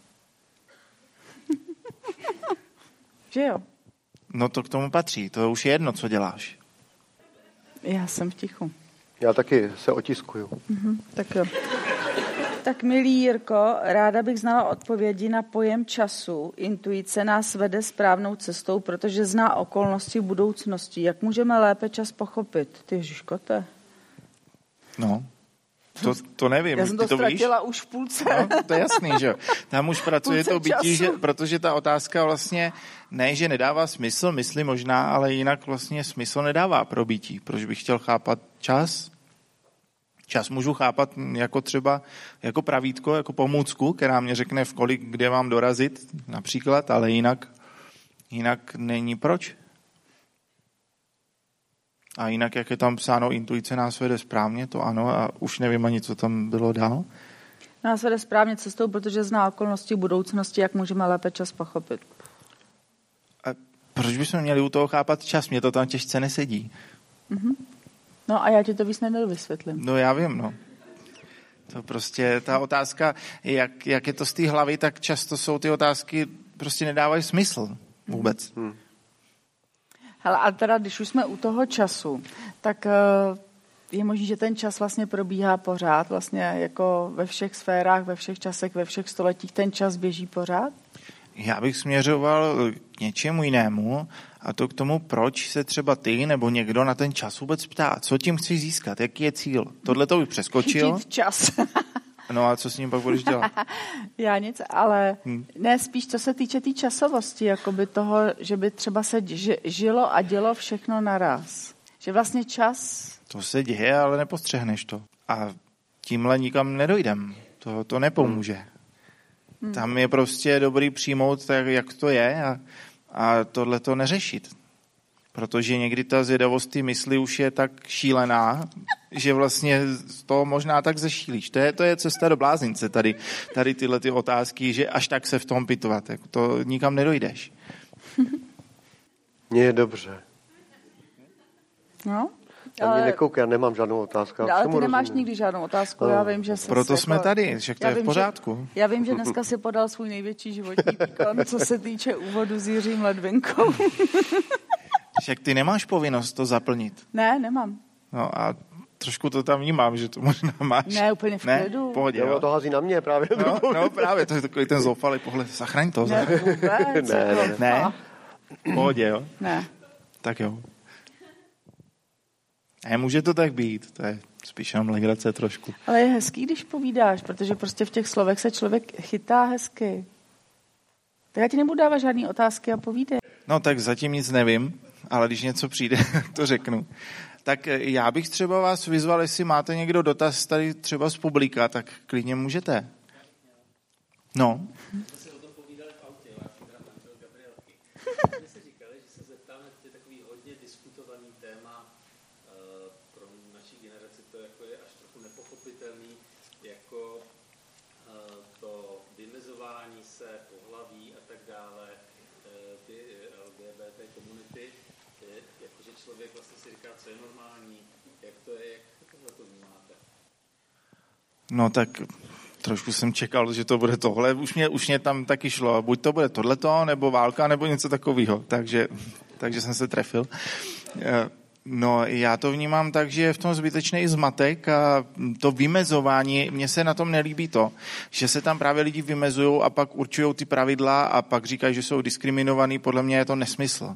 Že jo? No to k tomu patří, to už je jedno, co děláš. Já jsem v tichu. Já taky se otiskuju. Mhm, tak jo. Tak milý Jirko, ráda bych znala odpovědi na pojem času. Intuice nás vede správnou cestou, protože zná okolnosti budoucnosti. Jak můžeme lépe čas pochopit? Ty Ježiškote. No, to, to nevím. Já jsem to, Ty to ztratila víš? už v půlce. No, to je jasný, že jo. Tam už pracuje to bytí, že, protože ta otázka vlastně ne, že nedává smysl, mysli možná, ale jinak vlastně smysl nedává pro bytí. Proč bych chtěl chápat čas? Čas můžu chápat jako třeba jako pravítko, jako pomůcku, která mě řekne, v kolik, kde mám dorazit, například, ale jinak, jinak není proč. A jinak, jak je tam psáno, intuice nás vede správně, to ano, a už nevím ani, co tam bylo dál. Nás vede správně cestou, protože zná okolnosti budoucnosti, jak můžeme lépe čas pochopit. A proč bychom měli u toho chápat čas? Mně to tam těžce nesedí. Mhm. No a já ti to víc nedovysvětlím. No já vím, no. To prostě, ta otázka, jak, jak je to z té hlavy, tak často jsou ty otázky, prostě nedávají smysl vůbec. Hmm. Hele, a teda, když už jsme u toho času, tak je možné, že ten čas vlastně probíhá pořád, vlastně jako ve všech sférách, ve všech časech, ve všech stoletích, ten čas běží pořád? Já bych směřoval k něčemu jinému, a to k tomu, proč se třeba ty nebo někdo na ten čas vůbec ptá. Co tím chci získat? Jaký je cíl? Tohle to bych přeskočil. Chytit čas. No a co s ním pak budeš dělat? Já nic, ale hmm. ne, spíš co se týče té tý časovosti, jakoby toho, že by třeba se žilo a dělo všechno naraz. Že vlastně čas... To se děje, ale nepostřehneš to. A tímhle nikam nedojdem. To, to nepomůže. Hmm. Tam je prostě dobrý přijmout tak, jak to je a, a tohle to neřešit. Protože někdy ta zvědavost ty mysli už je tak šílená, že vlastně z toho možná tak zešílíš. To je, to je cesta do blázince, tady, tady tyhle ty otázky, že až tak se v tom pitovat. Jako to nikam nedojdeš. Mně je dobře. No? Já mě nekoukej, já nemám žádnou otázku. Ale ty nemáš rozumím. Nikdy žádnou otázku, já vím, že jsi... Proto jsme jako, tady, že to je v pořádku. Že, já vím, že dneska si podal svůj největší životní výkon, co se týče úvodu s Jiřím Ledvinkou. Však ty nemáš povinnost to zaplnit. Ne, nemám. No a trošku to tam vnímám, že to možná máš. Ne, úplně v klidu. Ne, pohodě, jo. To hází na mě právě. No, no právě, to je takový ten zoufalý pohled. Zachraň to. Ne, vůbec. ne, ne, ne. Ne? Pohodě, jo? Ne. Tak jo. Ne, může to tak být, to je spíš jenom legrace trošku. Ale je hezký, když povídáš, protože prostě v těch slovech se člověk chytá hezky. Tak já ti nebudu dávat žádný otázky a povídej. No tak zatím nic nevím, ale když něco přijde, to řeknu. Tak já bych třeba vás vyzval, jestli máte někdo dotaz tady třeba z publika, tak klidně můžete. No. No tak trošku jsem čekal, že to bude tohle. Už mě, už mě tam taky šlo. Buď to bude tohleto, nebo válka, nebo něco takového. Takže, takže jsem se trefil. No, já to vnímám tak, že je v tom zbytečný zmatek a to vymezování, mně se na tom nelíbí to, že se tam právě lidi vymezují a pak určují ty pravidla a pak říkají, že jsou diskriminovaný. Podle mě je to nesmysl.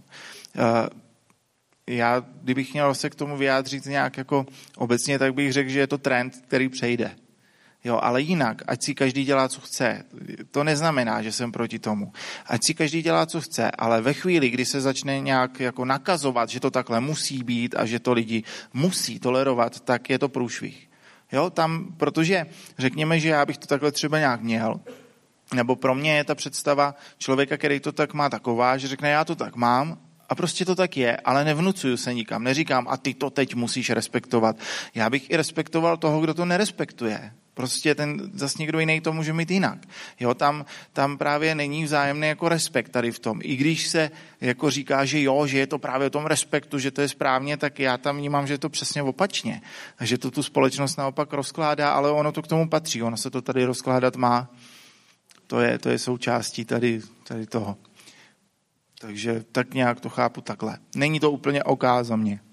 Já, kdybych měl se k tomu vyjádřit nějak jako obecně, tak bych řekl, že je to trend, který přejde. Jo, ale jinak, ať si každý dělá, co chce. To neznamená, že jsem proti tomu. Ať si každý dělá, co chce, ale ve chvíli, kdy se začne nějak jako nakazovat, že to takhle musí být a že to lidi musí tolerovat, tak je to průšvih. Jo, tam, protože řekněme, že já bych to takhle třeba nějak měl, nebo pro mě je ta představa člověka, který to tak má taková, že řekne, já to tak mám, a prostě to tak je, ale nevnucuju se nikam. Neříkám, a ty to teď musíš respektovat. Já bych i respektoval toho, kdo to nerespektuje. Prostě ten zase někdo jiný to může mít jinak. Jo, tam, tam právě není vzájemný jako respekt tady v tom. I když se jako říká, že jo, že je to právě o tom respektu, že to je správně, tak já tam vnímám, že je to přesně opačně. A že to tu společnost naopak rozkládá, ale ono to k tomu patří. Ono se to tady rozkládat má. To je, to je součástí tady, tady toho. Takže tak nějak to chápu takhle. Není to úplně oká za mě.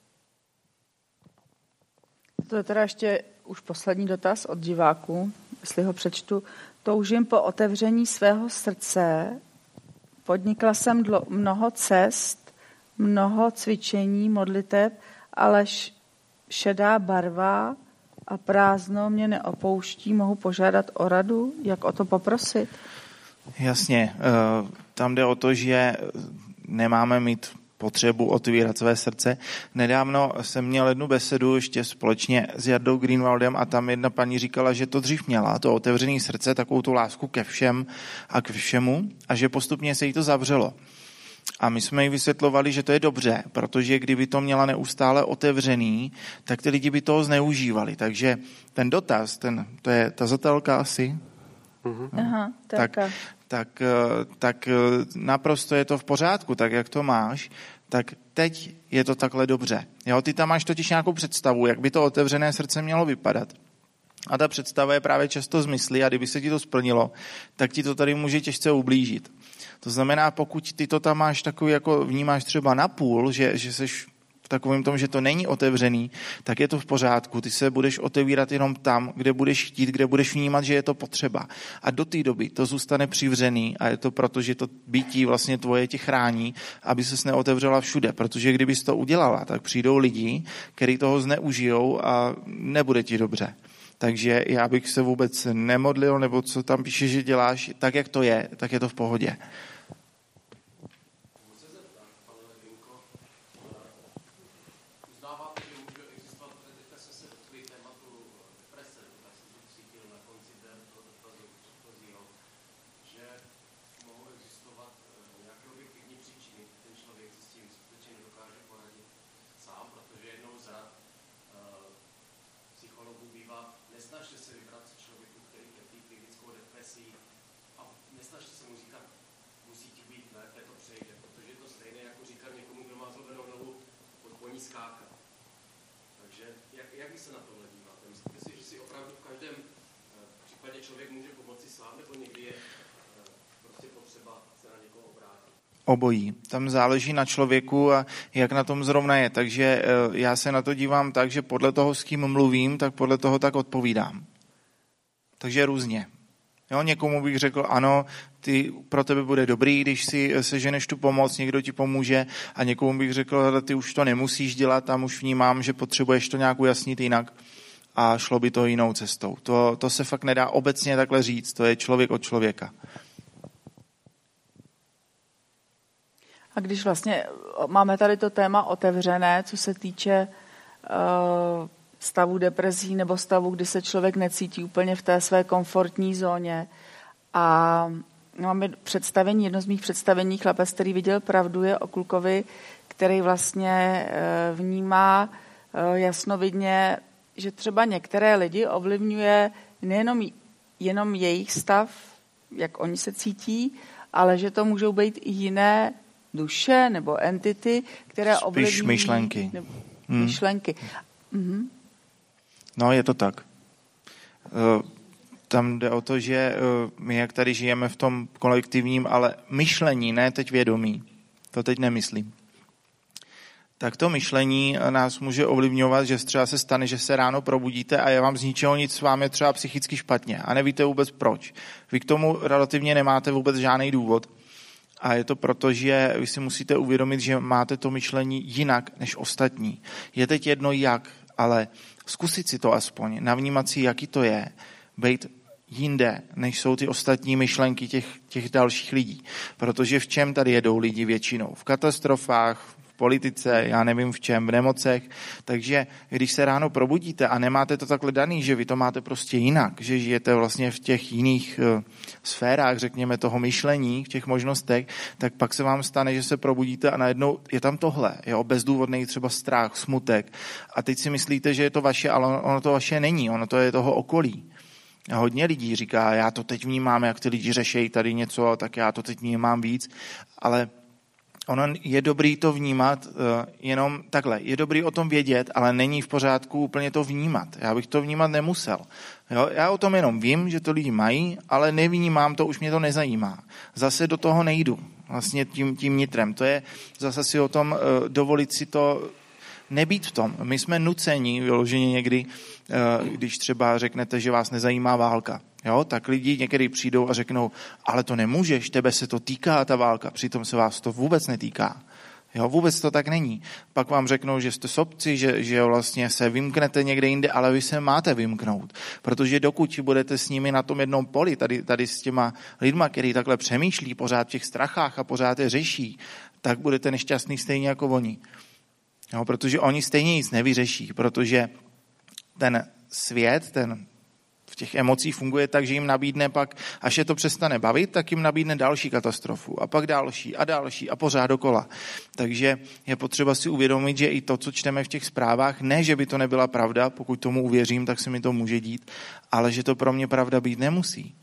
To je teda ještě už poslední dotaz od diváků, jestli ho přečtu. Toužím po otevření svého srdce. Podnikla jsem dlo, mnoho cest, mnoho cvičení, modliteb, ale šedá barva a prázdno mě neopouští. Mohu požádat o radu, jak o to poprosit? Jasně. Tam jde o to, že nemáme mít potřebu otvírat své srdce. Nedávno jsem měl jednu besedu ještě společně s Jardou Greenwaldem a tam jedna paní říkala, že to dřív měla, to otevřené srdce, takovou tu lásku ke všem a k všemu a že postupně se jí to zavřelo. A my jsme jí vysvětlovali, že to je dobře, protože kdyby to měla neustále otevřený, tak ty lidi by toho zneužívali. Takže ten dotaz, ten, to je tazatelka asi, Mm-hmm. Aha, tak, tak, tak naprosto je to v pořádku, tak jak to máš, tak teď je to takhle dobře. Jo, ty tam máš totiž nějakou představu, jak by to otevřené srdce mělo vypadat. A ta představa je právě často zmyslí a kdyby se ti to splnilo, tak ti to tady může těžce ublížit. To znamená, pokud ty to tam máš takový, jako vnímáš třeba na půl, že, že seš v takovém tom, že to není otevřený, tak je to v pořádku. Ty se budeš otevírat jenom tam, kde budeš chtít, kde budeš vnímat, že je to potřeba. A do té doby to zůstane přivřený a je to proto, že to bytí vlastně tvoje tě chrání, aby ses neotevřela všude. Protože kdybys to udělala, tak přijdou lidi, kteří toho zneužijou a nebude ti dobře. Takže já bych se vůbec nemodlil, nebo co tam píše, že děláš, tak jak to je, tak je to v pohodě. Obojí. Tam záleží na člověku a jak na tom zrovna je. Takže já se na to dívám tak, že podle toho, s kým mluvím, tak podle toho tak odpovídám. Takže různě. Jo, někomu bych řekl, ano, ty, pro tebe bude dobrý, když si seženeš tu pomoc, někdo ti pomůže, a někomu bych řekl, ty už to nemusíš dělat, tam už vnímám, že potřebuješ to nějak ujasnit jinak a šlo by to jinou cestou. To, to se fakt nedá obecně takhle říct, to je člověk od člověka. A když vlastně máme tady to téma otevřené, co se týče uh, stavu depresí nebo stavu, kdy se člověk necítí úplně v té své komfortní zóně. A máme představení, jedno z mých představení, Chlapec, který viděl pravdu, je o klukovi, který vlastně uh, vnímá uh, jasnovidně, že třeba některé lidi ovlivňuje nejenom jenom jejich stav, jak oni se cítí, ale že to můžou být i jiné duše nebo entity, které ovlivňují... Spíš myšlenky. Nebo hmm. myšlenky. Mhm. No, je to tak. Tam jde o to, že my jak tady žijeme v tom kolektivním, ale myšlení, ne teď vědomí, to teď nemyslím, tak to myšlení nás může ovlivňovat, že třeba se stane, že se ráno probudíte a je vám z ničeho nic, s vámi je třeba psychicky špatně a nevíte vůbec proč. Vy k tomu relativně nemáte vůbec žádný důvod. A je to proto, že vy si musíte uvědomit, že máte to myšlení jinak než ostatní. Je teď jedno jak, ale zkusit si to aspoň, navnímat si, jaký to je, být jinde, než jsou ty ostatní myšlenky těch, těch dalších lidí. Protože v čem tady jedou lidi většinou? V katastrofách, v politice, já nevím v čem, v nemocech. Takže když se ráno probudíte a nemáte to takhle daný, že vy to máte prostě jinak, že žijete vlastně v těch jiných uh, sférách, řekněme, toho myšlení, v těch možnostech, tak pak se vám stane, že se probudíte a najednou je tam tohle, jo, bezdůvodný třeba strach, smutek. A teď si myslíte, že je to vaše, ale ono to vaše není, ono to je toho okolí. A hodně lidí říká, já to teď vnímám, jak ty lidi řešejí tady něco, tak já to teď vnímám víc, ale ono je dobrý to vnímat, jenom takhle, je dobrý o tom vědět, ale není v pořádku úplně to vnímat. Já bych to vnímat nemusel. Jo? Já o tom jenom vím, že to lidi mají, ale nevnímám to, už mě to nezajímá. Zase do toho nejdu, vlastně tím, tím nitrem. To je zase si o tom uh, dovolit si to nebýt v tom. My jsme nuceni vyloženě někdy, uh, když třeba řeknete, že vás nezajímá válka. Jo, tak lidi někdy přijdou a řeknou, ale to nemůžeš, tebe se to týká, ta válka, přitom se vás to vůbec netýká. Jo, vůbec to tak není. Pak vám řeknou, že jste sobci, že, že vlastně se vymknete někde jinde, ale vy se máte vymknout. Protože dokud budete s nimi na tom jednom poli, tady, tady s těma lidma, který takhle přemýšlí pořád v těch strachách a pořád je řeší, tak budete nešťastný stejně jako oni. Jo, protože oni stejně nic nevyřeší, protože ten svět, ten v těch emocích funguje tak, že jim nabídne pak, až je to přestane bavit, tak jim nabídne další katastrofu a pak další a další a pořád dokola. Takže je potřeba si uvědomit, že i to, co čteme v těch zprávách, ne, že by to nebyla pravda, pokud tomu uvěřím, tak se mi to může dít, ale že to pro mě pravda být nemusí.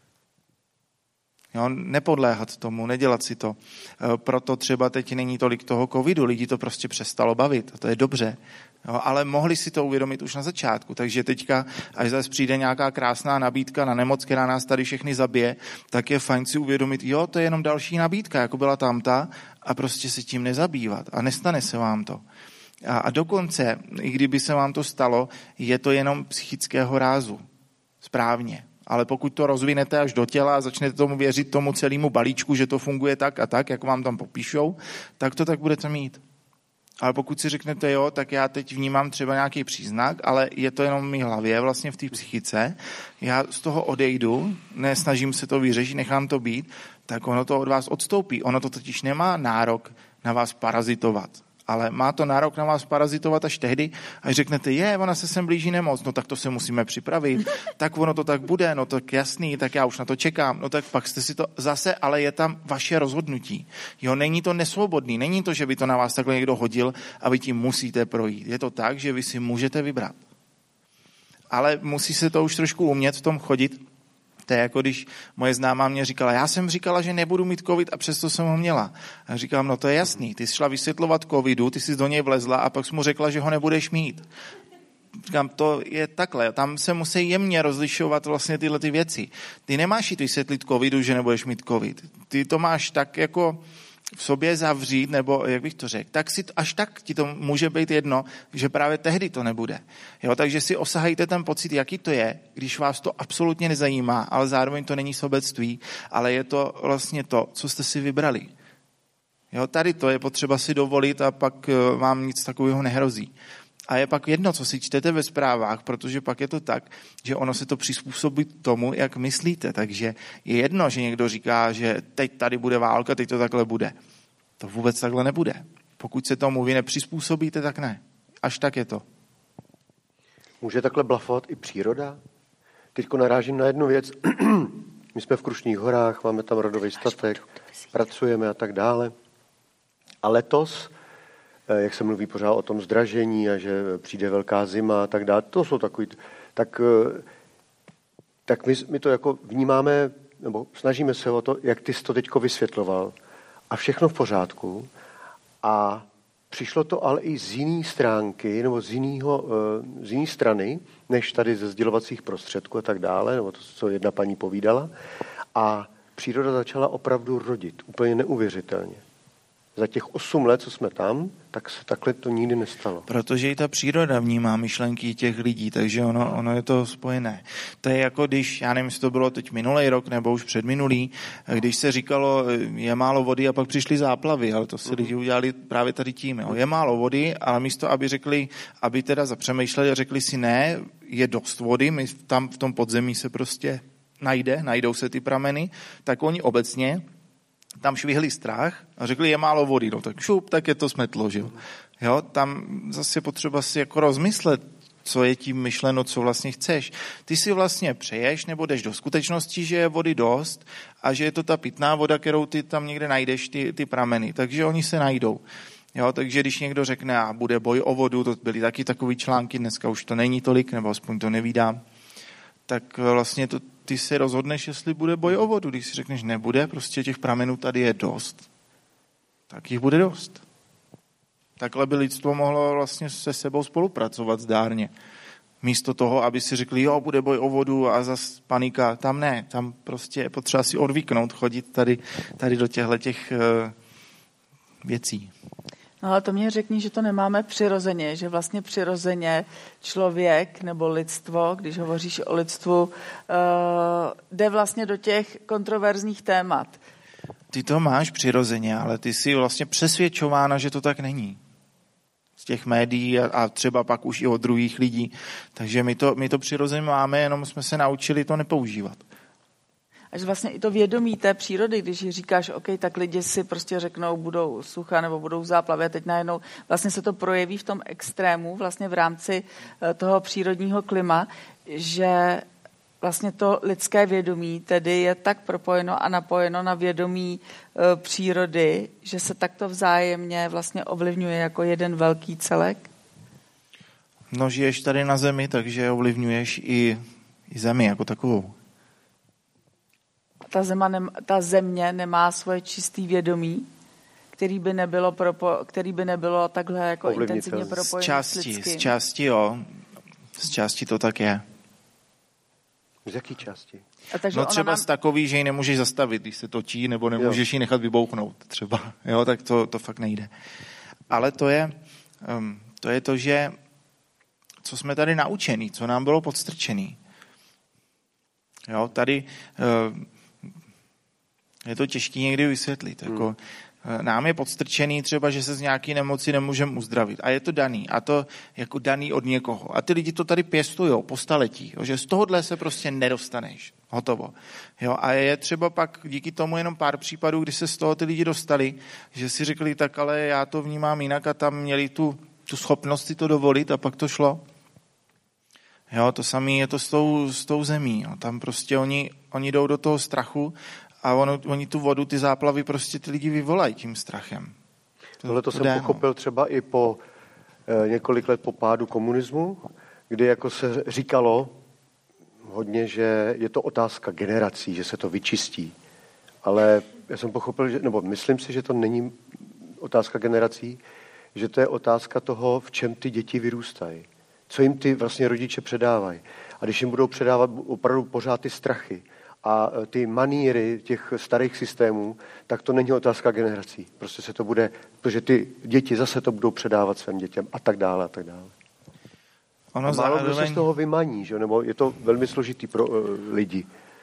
Jo, nepodléhat tomu, nedělat si to. Proto třeba teď není tolik toho covidu, lidi to prostě přestalo bavit, a to je dobře. Jo, ale mohli si to uvědomit už na začátku, takže teďka, až zase přijde nějaká krásná nabídka na nemoc, která nás tady všechny zabije, tak je fajn si uvědomit, jo, to je jenom další nabídka, jako byla tamta, a prostě se tím nezabývat a nestane se vám to. A, a dokonce, i kdyby se vám to stalo, je to jenom psychického rázu. Správně. Ale pokud to rozvinete až do těla a začnete tomu věřit, tomu celému balíčku, že to funguje tak a tak, jak vám tam popíšou, tak to tak budete mít. Ale pokud si řeknete, jo, tak já teď vnímám třeba nějaký příznak, ale je to jenom v mý hlavě, vlastně v té psychice, já z toho odejdu, nesnažím se to vyřešit, nechám to být, tak ono to od vás odstoupí. Ono to totiž nemá nárok na vás parazitovat. Ale má to nárok na vás parazitovat až tehdy, až řeknete, je, ona se sem blíží nemoc, no tak to se musíme připravit, tak ono to tak bude, no tak jasný, tak já už na to čekám, no tak pak jste si to zase, ale je tam vaše rozhodnutí. Jo, není to nesvobodný, není to, že by to na vás takhle někdo hodil a vy tím musíte projít. Je to tak, že vy si můžete vybrat. Ale musí se to už trošku umět v tom chodit. To je jako když moje známá mě říkala, já jsem říkala, že nebudu mít covid a přesto jsem ho měla. A říkám, no to je jasný, ty jsi šla vysvětlovat covidu, ty jsi do něj vlezla a pak jsi mu řekla, že ho nebudeš mít. Říkám, to je takhle, tam se musí jemně rozlišovat vlastně tyhle ty věci. Ty nemáš jít vysvětlit covidu, že nebudeš mít covid. Ty to máš tak jako v sobě zavřít, nebo jak bych to řekl, tak si to, až tak ti to může být jedno, že právě tehdy to nebude. Jo, takže si osahejte ten pocit, jaký to je, když vás to absolutně nezajímá, ale zároveň to není sobectví, ale je to vlastně to, co jste si vybrali. Jo, tady to je potřeba si dovolit a pak vám nic takového nehrozí. A je pak jedno, co si čtete ve zprávách, protože pak je to tak, že ono se to přizpůsobí tomu, jak myslíte. Takže je jedno, že někdo říká, že teď tady bude válka, teď to takhle bude. To vůbec takhle nebude. Pokud se tomu vy nepřizpůsobíte, tak ne. Až tak je to. Může takhle blafovat i příroda? Teďko narážím na jednu věc. My jsme v Krušných horách, máme tam rodový statek, pracujeme a tak dále. A letos, jak se mluví pořád o tom zdražení a že přijde velká zima a tak dále, to jsou takový, tak, tak my, my to jako vnímáme, nebo snažíme se o to, jak ty jsi to teďko vysvětloval. A všechno v pořádku. A přišlo to ale i z jiné stránky, nebo z, jinýho, z jiné strany, než tady ze sdělovacích prostředků a tak dále, nebo to, co jedna paní povídala. A příroda začala opravdu rodit, úplně neuvěřitelně. Za těch osm let, co jsme tam, tak se takhle to nikdy nestalo. Protože i ta příroda vnímá myšlenky těch lidí, takže ono, ono je to spojené. To je jako když, já nevím, jestli to bylo teď minulý rok nebo už předminulý, když se říkalo, je málo vody a pak přišly záplavy, ale to si lidi udělali právě tady tím. Jo. Je málo vody, ale místo, aby řekli, aby teda zapřemýšleli a řekli si ne, je dost vody, my tam v tom podzemí se prostě najde, najdou se ty prameny, tak oni obecně tam švihli strach a řekli, je málo vody, no tak šup, tak je to smetlo, že jo. Jo, tam zase je potřeba si jako rozmyslet, co je tím myšleno, co vlastně chceš. Ty si vlastně přeješ nebo jdeš do skutečnosti, že je vody dost a že je to ta pitná voda, kterou ty tam někde najdeš, ty, ty prameny, takže oni se najdou. Jo, takže když někdo řekne, a bude boj o vodu, to byly taky takový články, dneska už to není tolik, nebo aspoň to nevídám, tak vlastně to ty se rozhodneš, jestli bude boj o vodu. Když si řekneš, nebude, prostě těch pramenů tady je dost, tak jich bude dost. Takhle by lidstvo mohlo vlastně se sebou spolupracovat zdárně. Místo toho, aby si řekli, jo, bude boj o vodu a zas panika. Tam ne, tam prostě je potřeba si odvyknout, chodit tady, tady do těchto těch uh, věcí. No ale to mě řekni, že to nemáme přirozeně, že vlastně přirozeně člověk nebo lidstvo, když hovoříš o lidstvu, uh, jde vlastně do těch kontroverzních témat. Ty to máš přirozeně, ale ty jsi vlastně přesvědčována, že to tak není. Z těch médií a, a třeba pak už i od druhých lidí. Takže my to, my to přirozeně máme, jenom jsme se naučili to nepoužívat. Až vlastně i to vědomí té přírody, když říkáš, OK, tak lidi si prostě řeknou, budou sucha nebo budou záplavy a teď najednou vlastně se to projeví v tom extrému, vlastně v rámci toho přírodního klima, že vlastně to lidské vědomí tedy je tak propojeno a napojeno na vědomí e, přírody, že se takto vzájemně vlastně ovlivňuje jako jeden velký celek? No, žiješ tady na zemi, takže ovlivňuješ i, i zemi jako takovou. Ta, zema nem, ta země nemá svoje čistý vědomí, který by nebylo, propo, který by nebylo takhle jako intenzivně propojené z části, s lidským. Z části, jo. Z části to tak je. Z jaký části? No třeba nám... z takový, že ji nemůžeš zastavit, když se točí, nebo nemůžeš ji nechat vybouchnout třeba. Jo, tak to, to fakt nejde. Ale to je, um, to je to, že co jsme tady naučení, co nám bylo podstrčený. Jo, tady uh, je to těžké někdy vysvětlit. Hmm. Jako, nám je podstrčený třeba, že se z nějaké nemoci nemůžeme uzdravit. A je to daný. A to jako daný od někoho. A ty lidi to tady pěstujou po staletí. Jo, že z tohohle se prostě nedostaneš. Hotovo. Jo, a je třeba pak díky tomu jenom pár případů, kdy se z toho ty lidi dostali, že si řekli, tak ale já to vnímám jinak a tam měli tu, tu schopnost si to dovolit a pak to šlo. Jo, to samé je to s tou, s tou zemí. Jo. Tam prostě oni, oni jdou do toho strachu a ono, oni tu vodu, ty záplavy prostě ty lidi vyvolají tím strachem. To, Tohle to, to jsem jde, pochopil no. třeba i po e, několik let po pádu komunismu, kdy jako se říkalo hodně, že je to otázka generací, že se to vyčistí. Ale já jsem pochopil, že, nebo myslím si, že to není otázka generací, že to je otázka toho, v čem ty děti vyrůstají. Co jim ty vlastně rodiče předávají. A když jim budou předávat opravdu pořád ty strachy a ty maníry těch starých systémů, tak to není otázka generací. Prostě se to bude, protože ty děti zase to budou předávat svým dětem a tak dále a tak dále. Ono a málo kdo se z toho vymaní, že? Nebo je to velmi složitý pro uh, lidi.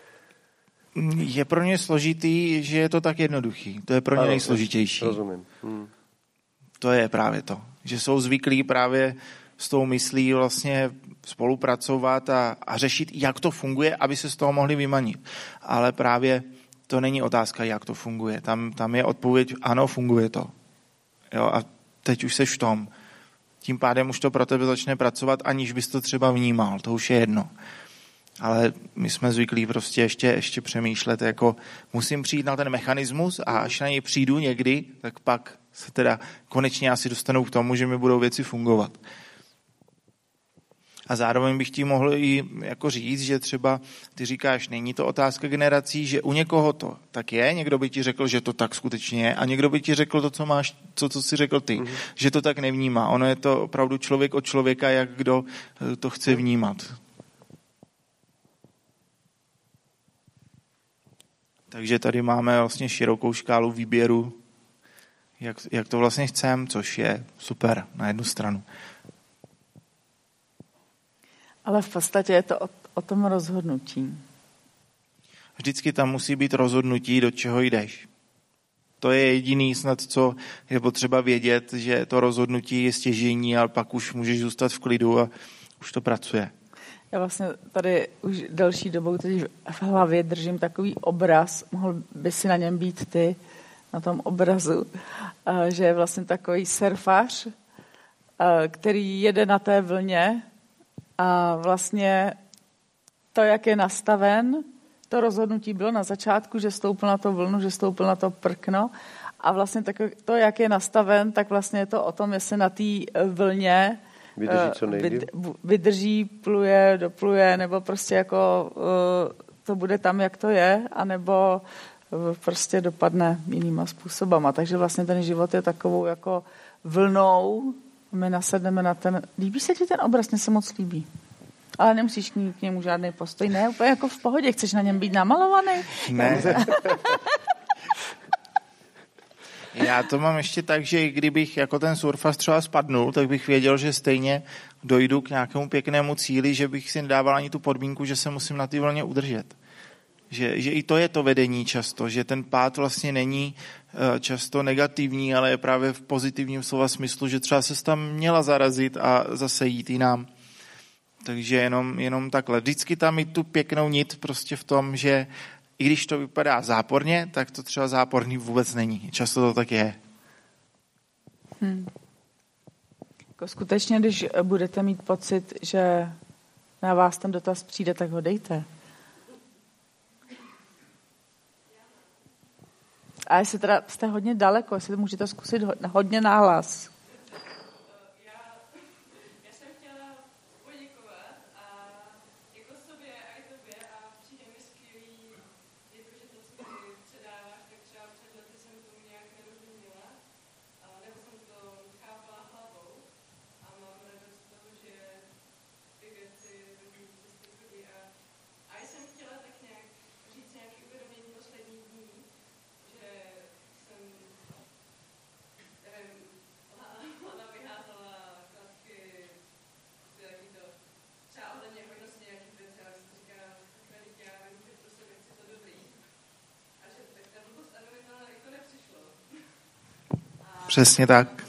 Je pro ně složitý, že je to tak jednoduchý. To je pro ně ano, nejsložitější. Rozumím. Hmm. To je právě to. Že jsou zvyklí právě s tou myslí vlastně spolupracovat a, a řešit, jak to funguje, aby se z toho mohli vymanit. Ale právě to není otázka, jak to funguje. Tam, tam je odpověď, ano, funguje to. Jo, a teď už seš v tom. Tím pádem už to pro tebe začne pracovat, aniž bys to třeba vnímal. To už je jedno. Ale my jsme zvyklí prostě ještě, ještě přemýšlet, jako musím přijít na ten mechanismus a až na něj přijdu někdy, tak pak se teda konečně asi dostanu k tomu, že mi budou věci fungovat. A zároveň bych ti mohl i jako říct, že třeba ty říkáš, není to otázka generací, že u někoho to tak je, někdo by ti řekl, že to tak skutečně je a někdo by ti řekl to, co máš, co, co jsi řekl ty, mm-hmm. že to tak nevnímá. Ono je to opravdu člověk od člověka, jak kdo to chce vnímat. Takže tady máme vlastně širokou škálu výběru, jak, jak to vlastně chcem, což je super na jednu stranu. Ale v podstatě je to o, o tom rozhodnutí. Vždycky tam musí být rozhodnutí, do čeho jdeš. To je jediný snad, co je potřeba vědět, že to rozhodnutí je stěžejní, ale pak už můžeš zůstat v klidu a už to pracuje. Já vlastně tady už delší dobou teď v hlavě držím takový obraz, mohl by si na něm být ty, na tom obrazu, že je vlastně takový surfař, který jede na té vlně a vlastně to, jak je nastaven, to rozhodnutí bylo na začátku, že stoupil na to vlnu, že stoupil na to prkno a vlastně to, jak je nastaven, tak vlastně je to o tom, jestli na té vlně vydrží co nejdýl. Vydrží, pluje, dopluje, nebo prostě jako to bude tam, jak to je, anebo prostě dopadne jinýma způsobama. Takže vlastně ten život je takovou jako vlnou, my nasedneme na ten... Líbí se ti ten obraz? Mně se moc líbí. Ale nemusíš k, ní, k němu žádný postoj. Ne, úplně jako v pohodě. Chceš na něm být namalovaný? Ne. Já to mám ještě tak, že kdybych jako ten surfař třeba spadnul, tak bych věděl, že stejně dojdu k nějakému pěknému cíli, že bych si nedával ani tu podmínku, že se musím na té vlně udržet. Že, že i to je to vedení často, že ten pád vlastně není často negativní, ale je právě v pozitivním slova smyslu, že třeba se tam měla zarazit a zase jít jinam. Takže jenom, jenom takhle. Vždycky tam i tu pěknou nit prostě v tom, že i když to vypadá záporně, tak to třeba záporný vůbec není. Často to tak je. Hmm. Jako skutečně, když budete mít pocit, že na vás ten dotaz přijde, tak ho dejte. A jestli teda jste hodně daleko, jestli můžete zkusit hodně nahlas. Přesně tak.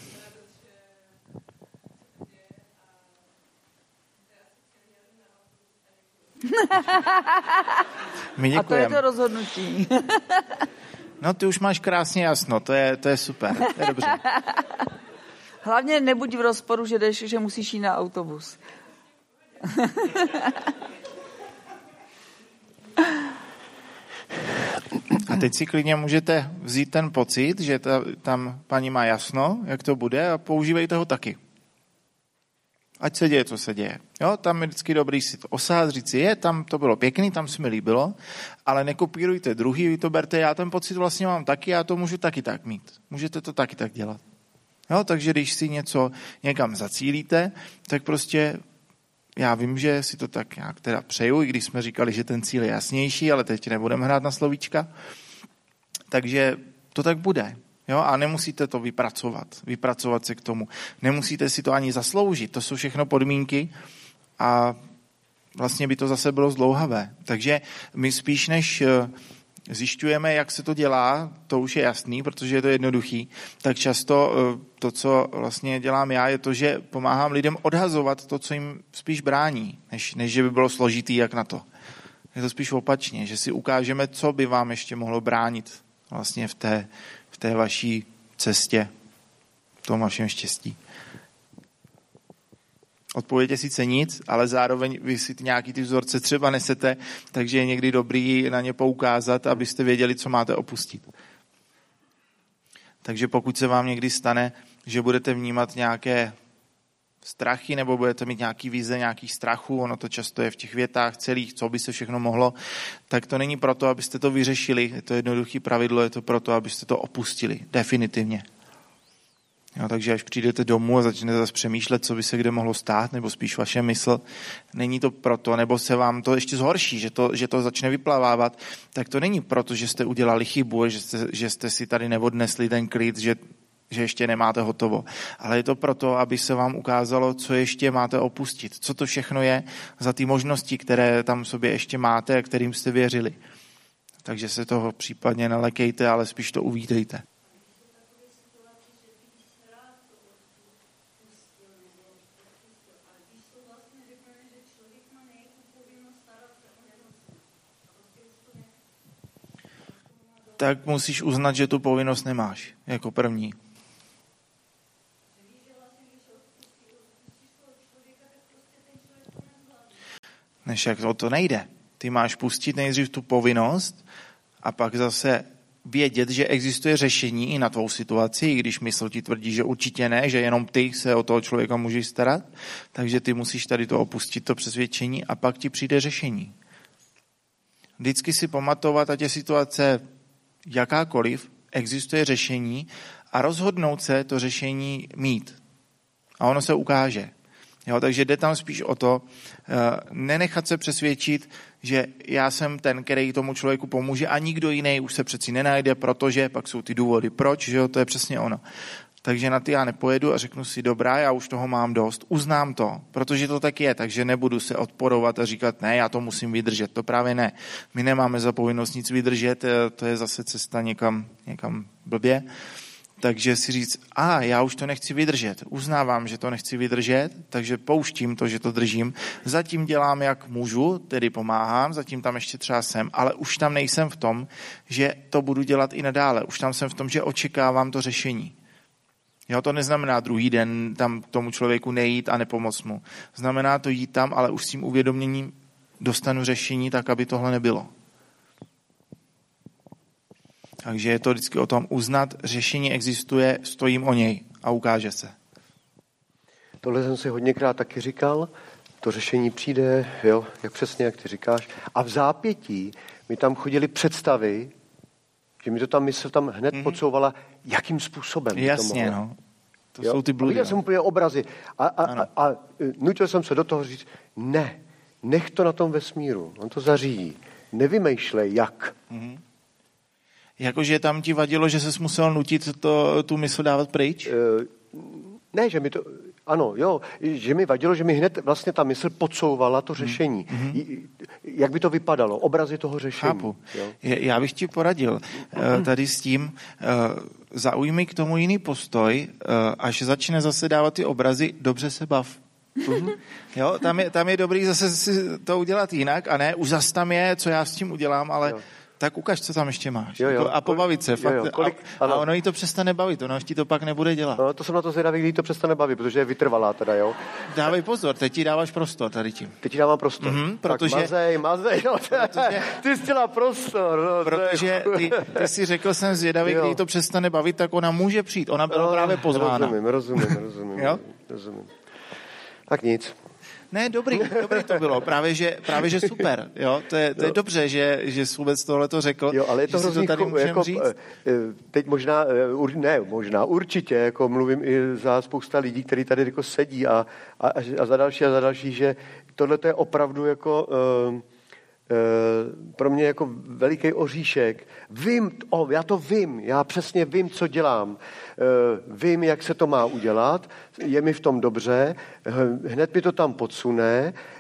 My děkujeme. A to je to rozhodnutí. No, ty už máš krásně jasno, to je, to je super, to je dobře. Hlavně nebuď v rozporu, že jdeš, že musíš jít na autobus. A teď si klidně můžete vzít ten pocit, že ta, tam paní má jasno, jak to bude a používejte ho taky. Ať se děje, co se děje. Jo, tam je vždycky dobrý si to osát, říct si, je, tam to bylo pěkný, tam se mi líbilo, ale nekopírujte druhý, vy to berte, já ten pocit vlastně mám taky, já to můžu taky tak mít. Můžete to taky tak dělat. Jo, takže když si něco někam zacílíte, tak prostě já vím, že si to tak nějak teda přeju, i když jsme říkali, že ten cíl je jasnější, ale teď nebudeme hrát na slovíčka. Takže to tak bude. Jo? A nemusíte to vypracovat, vypracovat se k tomu. Nemusíte si to ani zasloužit. To jsou všechno podmínky a vlastně by to zase bylo zdlouhavé. Takže my spíš než zjišťujeme, jak se to dělá, to už je jasný, protože je to jednoduchý, tak často to, co vlastně dělám já, je to, že pomáhám lidem odhazovat to, co jim spíš brání, než, než že by bylo složitý, jak na to. Je to spíš opačně, že si ukážeme, co by vám ještě mohlo bránit vlastně v té, v té vaší cestě, v tom vašem štěstí. Odpověď je sice nic, ale zároveň vy si nějaký ty vzorce třeba nesete, takže je někdy dobrý na ně poukázat, abyste věděli, co máte opustit. Takže pokud se vám někdy stane, že budete vnímat nějaké strachy nebo budete mít nějaký vize, nějakých strachů, ono to často je v těch větách celých, co by se všechno mohlo, tak to není proto, abyste to vyřešili, je to jednoduché pravidlo, je to proto, abyste to opustili, definitivně. Jo, takže až přijdete domů a začnete zase přemýšlet, co by se kde mohlo stát, nebo spíš vaše mysl, není to proto, nebo se vám to ještě zhorší, že to, že to začne vyplavávat, tak to není proto, že jste udělali chybu, že jste, že jste si tady neodnesli ten klid, že, že ještě nemáte hotovo. Ale je to proto, aby se vám ukázalo, co ještě máte opustit, co to všechno je za ty možnosti, které tam v sobě ještě máte a kterým jste věřili. Takže se toho případně nelekejte, ale spíš to uvítejte. Tak musíš uznat, že tu povinnost nemáš jako první. Než jak o to nejde. Ty máš pustit nejdřív tu povinnost a pak zase vědět, že existuje řešení i na tvou situaci, i když mysl ti tvrdí, že určitě ne, že jenom ty se o toho člověka můžeš starat, takže ty musíš tady to opustit, to přesvědčení a pak ti přijde řešení. Vždycky si pamatovat, ať je situace jakákoliv, existuje řešení a rozhodnout se to řešení mít. A ono se ukáže. Jo, takže jde tam spíš o to, nenechat se přesvědčit, že já jsem ten, který tomu člověku pomůže a nikdo jiný už se přeci nenajde, protože pak jsou ty důvody. Proč? Že jo, to je přesně ono. Takže na ty já nepojedu a řeknu si, dobrá, já už toho mám dost, uznám to, protože to tak je, takže nebudu se odporovat a říkat, ne, já to musím vydržet, to právě ne. My nemáme za povinnost nic vydržet, to je zase cesta někam, někam blbě. Takže si říct, a já už to nechci vydržet, uznávám, že to nechci vydržet, takže pouštím to, že to držím, zatím dělám, jak můžu, tedy pomáhám, zatím tam ještě třeba jsem, ale už tam nejsem v tom, že to budu dělat i nadále, už tam jsem v tom, že očekávám to řešení. Jo, to neznamená druhý den tam k tomu člověku nejít a nepomoct mu. Znamená to jít tam, ale už s tím uvědoměním dostanu řešení tak, aby tohle nebylo. Takže je to vždycky o tom uznat, řešení existuje, stojím o něj a ukáže se. Tohle jsem si hodněkrát taky říkal, to řešení přijde, jo, jak přesně, jak ty říkáš. A v zápětí mi tam chodily představy, že mi to tam mysl tam hned mm-hmm. podsouvala, jakým způsobem. Jasně, to no. To jo? jsou ty bludy. Viděl jsem úplně obrazy a, a, a, a nutil jsem se do toho říct, ne, nech to na tom vesmíru, on to zařídí. Nevymýšlej, jak. Mm-hmm. Jakože tam ti vadilo, že ses musel nutit to, tu mysl dávat pryč? Uh, ne, že mi to... Ano, jo, že mi vadilo, že mi hned vlastně ta mysl podsouvala to řešení. Mm-hmm. Jak by to vypadalo? Obrazy toho řešení. Chápu. Jo? Já bych ti poradil tady s tím, zaujmi k tomu jiný postoj, až začne zase dávat ty obrazy, dobře se bav. Mm-hmm. Jo, tam je, tam je dobrý zase si to udělat jinak a ne, už zas tam je, co já s tím udělám, ale... Jo. Tak ukaž, co tam ještě máš. Jo, jo. A pobavit se. Fakt. Jo, jo. Kolik, a, a ono jí to přestane bavit, ono už ti to pak nebude dělat. No, to jsem na to zvědavý, kdy to přestane bavit, protože je vytrvalá teda, jo. Dávej pozor, teď ti dáváš prostor tady tím. Teď ti dávám prostor. Mm-hmm, protože... Tak mazej, mazej, no, protože... ty jsi dělal prostor. No, protože ty, ty jsi řekl, jsem zvědavý, jo. Kdy to přestane bavit, tak ona může přijít. Ona byla no, právě pozvána. Rozumím, rozumím, rozumím. Jo? Rozumím. Tak nic. Ne, dobrý, dobrý to bylo, právě že, právě, že super, jo, to je, to je dobře, že, že jsi vůbec tohle to řekl, jo, ale je to hrozný, to tady jako, říct. Teď možná, ne, možná, určitě, jako mluvím i za spousta lidí, kteří tady jako sedí a, a, a za další a za další, že tohle je opravdu jako... Uh, pro mě jako veliký oříšek. Vím, oh, já to vím, já přesně vím, co dělám. Vím, jak se to má udělat, je mi v tom dobře, hned mi to tam podsune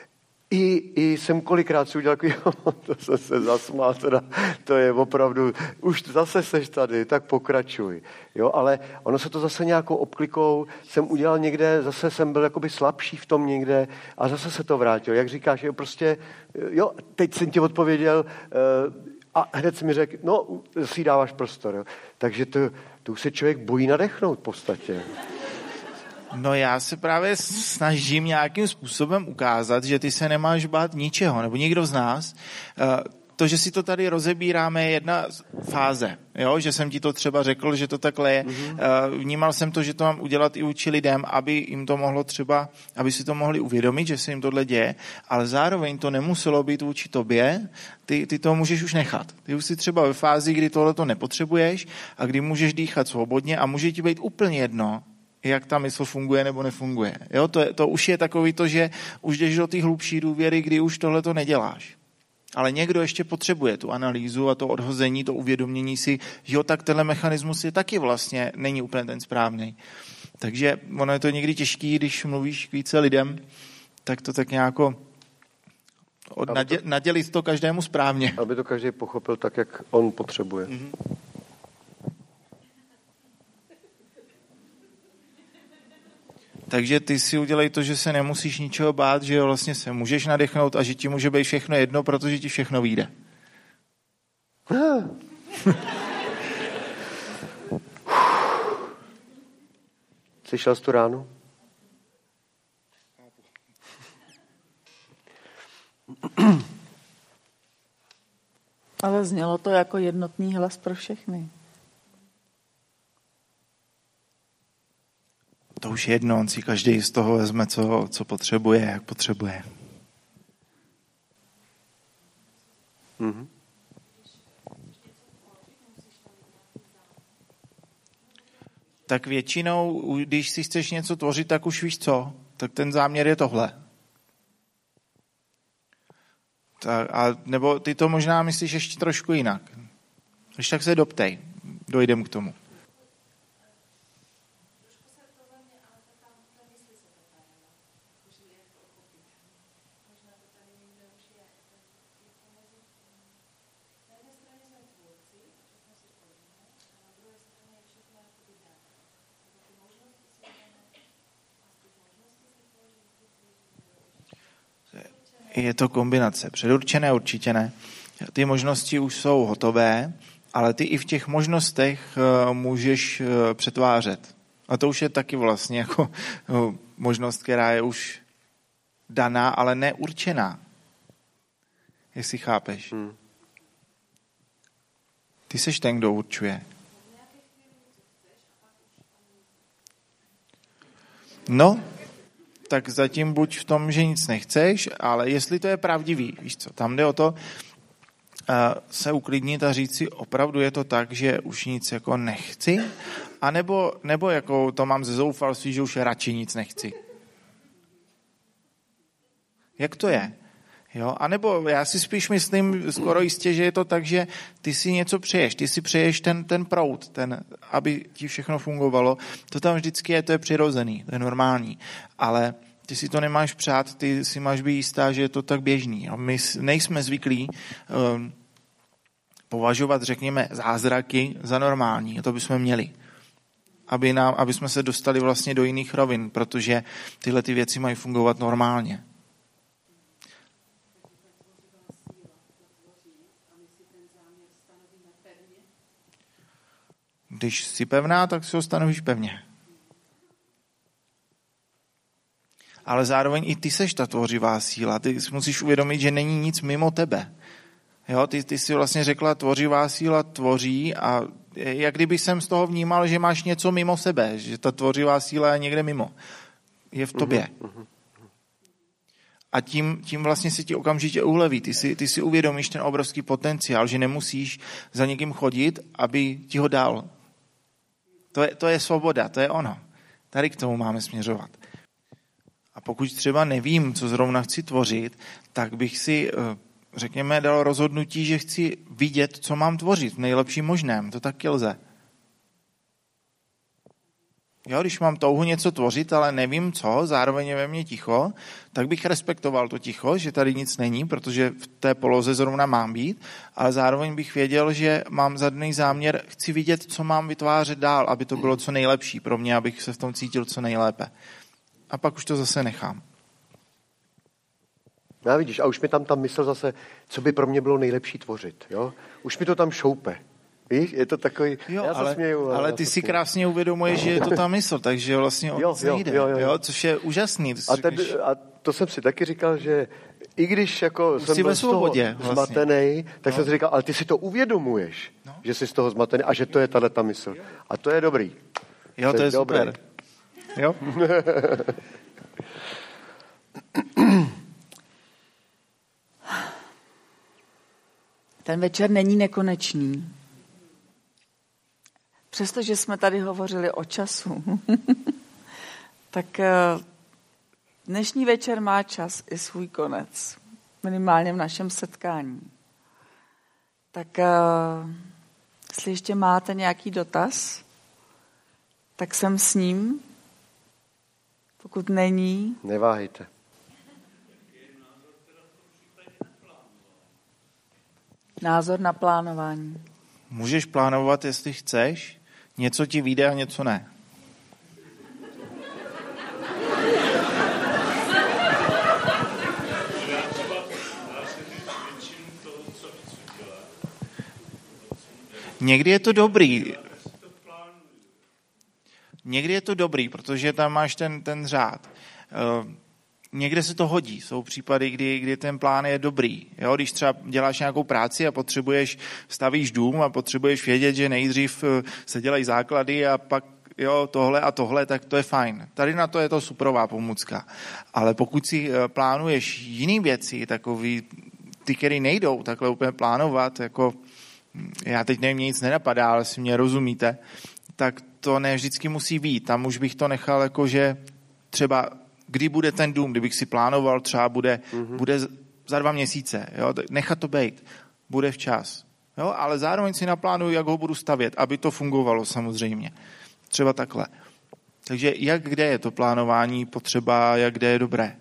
I, i jsem kolikrát si udělal, to jsem se zasmál, teda, to je opravdu, už zase seš tady, tak pokračuj. Jo, ale ono se to zase nějakou obklikou, jsem udělal někde, zase jsem byl jakoby slabší v tom někde a zase se to vrátilo. Jak říkáš, jo, prostě, jo, teď jsem ti odpověděl a hned si mi řekl, no, si dáváš prostor, jo. Takže to, to už se člověk bojí nadechnout v podstatě. No já se právě snažím nějakým způsobem ukázat, že ty se nemáš bát ničeho, nebo nikdo z nás. To, že si to tady rozebíráme, je jedna fáze, jo? Že jsem ti to třeba řekl, že to takhle je. Mm-hmm. Vnímal jsem to, že to mám udělat i vůči lidem, aby jim to mohlo třeba, aby si to mohli uvědomit, že se jim tohle děje, ale zároveň to nemuselo být vůči tobě, ty, ty to můžeš už nechat. Ty už si třeba ve fázi, kdy tohle to nepotřebuješ a kdy můžeš dýchat svobodně a může ti být úplně jedno, jak ta mysl funguje nebo nefunguje. Jo? To, je, to už je takový to, že už jdeš do té hlubší důvěry, kdy už tohle to neděláš. Ale někdo ještě potřebuje tu analýzu a to odhození, to uvědomění si, že jo, tak tenhle mechanismus je taky vlastně není úplně ten správný. Takže ono je to někdy těžký, když mluvíš k více lidem, tak to tak nějako od, nadě, to, nadělit to každému správně. Aby to každý pochopil tak, jak on potřebuje. Mm-hmm. Takže ty si udělej to, že se nemusíš ničeho bát, že vlastně se můžeš nadechnout a že ti může být všechno jedno, protože ti všechno vyjde. Slyšel jsi tu ránu? Ale znělo to jako jednotný hlas pro všechny. To už je jedno, on si každý z toho vezme, co, co potřebuje, jak potřebuje. Mm-hmm. Tak většinou, když si chceš něco tvořit, tak už víš co. Tak ten záměr je tohle. Tak, a, nebo ty to možná myslíš ještě trošku jinak. Když tak se doptej, dojdem k tomu. Je to kombinace. Předurčené určitě ne. Ty možnosti už jsou hotové, ale ty i v těch možnostech můžeš přetvářet. A to už je taky vlastně jako možnost, která je už daná, ale neurčená. Jestli chápeš. Hmm. Ty seš ten, kdo určuje. No, tak zatím buď v tom, že nic nechceš, ale jestli to je pravdivý, víš co, tam jde o to se uklidnit a říct si, opravdu je to tak, že už nic jako nechci, anebo nebo jako to mám ze zoufalství, že už radši nic nechci. Jak to je? Jo? A nebo já si spíš myslím skoro jistě, že je to tak, že ty si něco přeješ, ty si přeješ ten, ten proud, ten, aby ti všechno fungovalo. To tam vždycky je, to je přirozený, to je normální. Ale ty si to nemáš přát, ty si máš být jistá, že je to tak běžný. A my nejsme zvyklí um, považovat, řekněme, zázraky za normální. A to bychom měli. Aby, nám, aby jsme se dostali vlastně do jiných rovin, protože tyhle ty věci mají fungovat normálně. Když jsi pevná, tak si ho stanovíš pevně. Ale zároveň i ty seš ta tvořivá síla. Ty musíš uvědomit, že není nic mimo tebe. Jo, ty, ty si vlastně řekla, tvořivá síla tvoří a jak kdyby jsem z toho vnímal, že máš něco mimo sebe, že ta tvořivá síla je někde mimo. Je v tobě. A tím, tím vlastně se ti okamžitě uleví. Ty si, ty si uvědomíš ten obrovský potenciál, že nemusíš za někým chodit, aby ti ho dal. To je, to je svoboda, to je ono. Tady k tomu máme směřovat. A pokud třeba nevím, co zrovna chci tvořit, tak bych si, řekněme, dal rozhodnutí, že chci vidět, co mám tvořit v nejlepším možném. To taky lze. Jo, když mám touhu něco tvořit, ale nevím co, zároveň je ve mně ticho, tak bych respektoval to ticho, že tady nic není, protože v té poloze zrovna mám být, ale zároveň bych věděl, že mám zadný záměr, chci vidět, co mám vytvářet dál, aby to bylo co nejlepší pro mě, abych se v tom cítil co nejlépe. A pak už to zase nechám. No vidíš, a už mi tam ta mysl zase, co by pro mě bylo nejlepší tvořit. Jo? Už mi to tam šoupe. Víš, je to takový, jo, já ale, se směju. Ale ty si krásně uvědomuješ, že je to ta mysl, takže vlastně o nic nejde, jo, jo, jo. Jo, což je úžasný. A, ten, a to jsem si taky říkal, že i když jako jsem byl z toho vlastně. zmatený, tak no. jsem si říkal, ale ty si to uvědomuješ, no. že jsi z toho zmatený a že to je tato mysl. A to je dobrý. Jo, to, to je dobrý. Super. Jo? Ten večer není nekonečný. Přestože jsme tady hovořili o času, tak dnešní večer má čas i svůj konec. Minimálně v našem setkání. Tak jestli ještě máte nějaký dotaz, tak jsem s ním. Pokud není... Neváhejte. Názor na plánování. Můžeš plánovat, jestli chceš, něco ti vyjde a něco ne. Někdy je to dobrý. Někdy je to dobrý, protože tam máš ten, ten řád. Někde se to hodí. Jsou případy, kdy, kdy ten plán je dobrý. Jo? Když třeba děláš nějakou práci a potřebuješ, stavíš dům a potřebuješ vědět, že nejdřív se dělají základy a pak jo, tohle a tohle, tak to je fajn. Tady na to je to superová pomůcka. Ale pokud si plánuješ jiný věci, takový, ty, které nejdou takhle úplně plánovat, jako já teď nevím, mě nic nenapadá, ale si mě rozumíte, tak to ne vždycky musí být. Tam už bych to nechal jako, že třeba kdy bude ten dům, kdybych si plánoval, třeba bude, mm-hmm. bude za dva měsíce, jo? Nechat to být, bude včas. Jo? Ale zároveň si naplánuju, jak ho budu stavět, aby to fungovalo samozřejmě. Třeba takhle. Takže jak kde je to plánování potřeba, jak kde je dobré.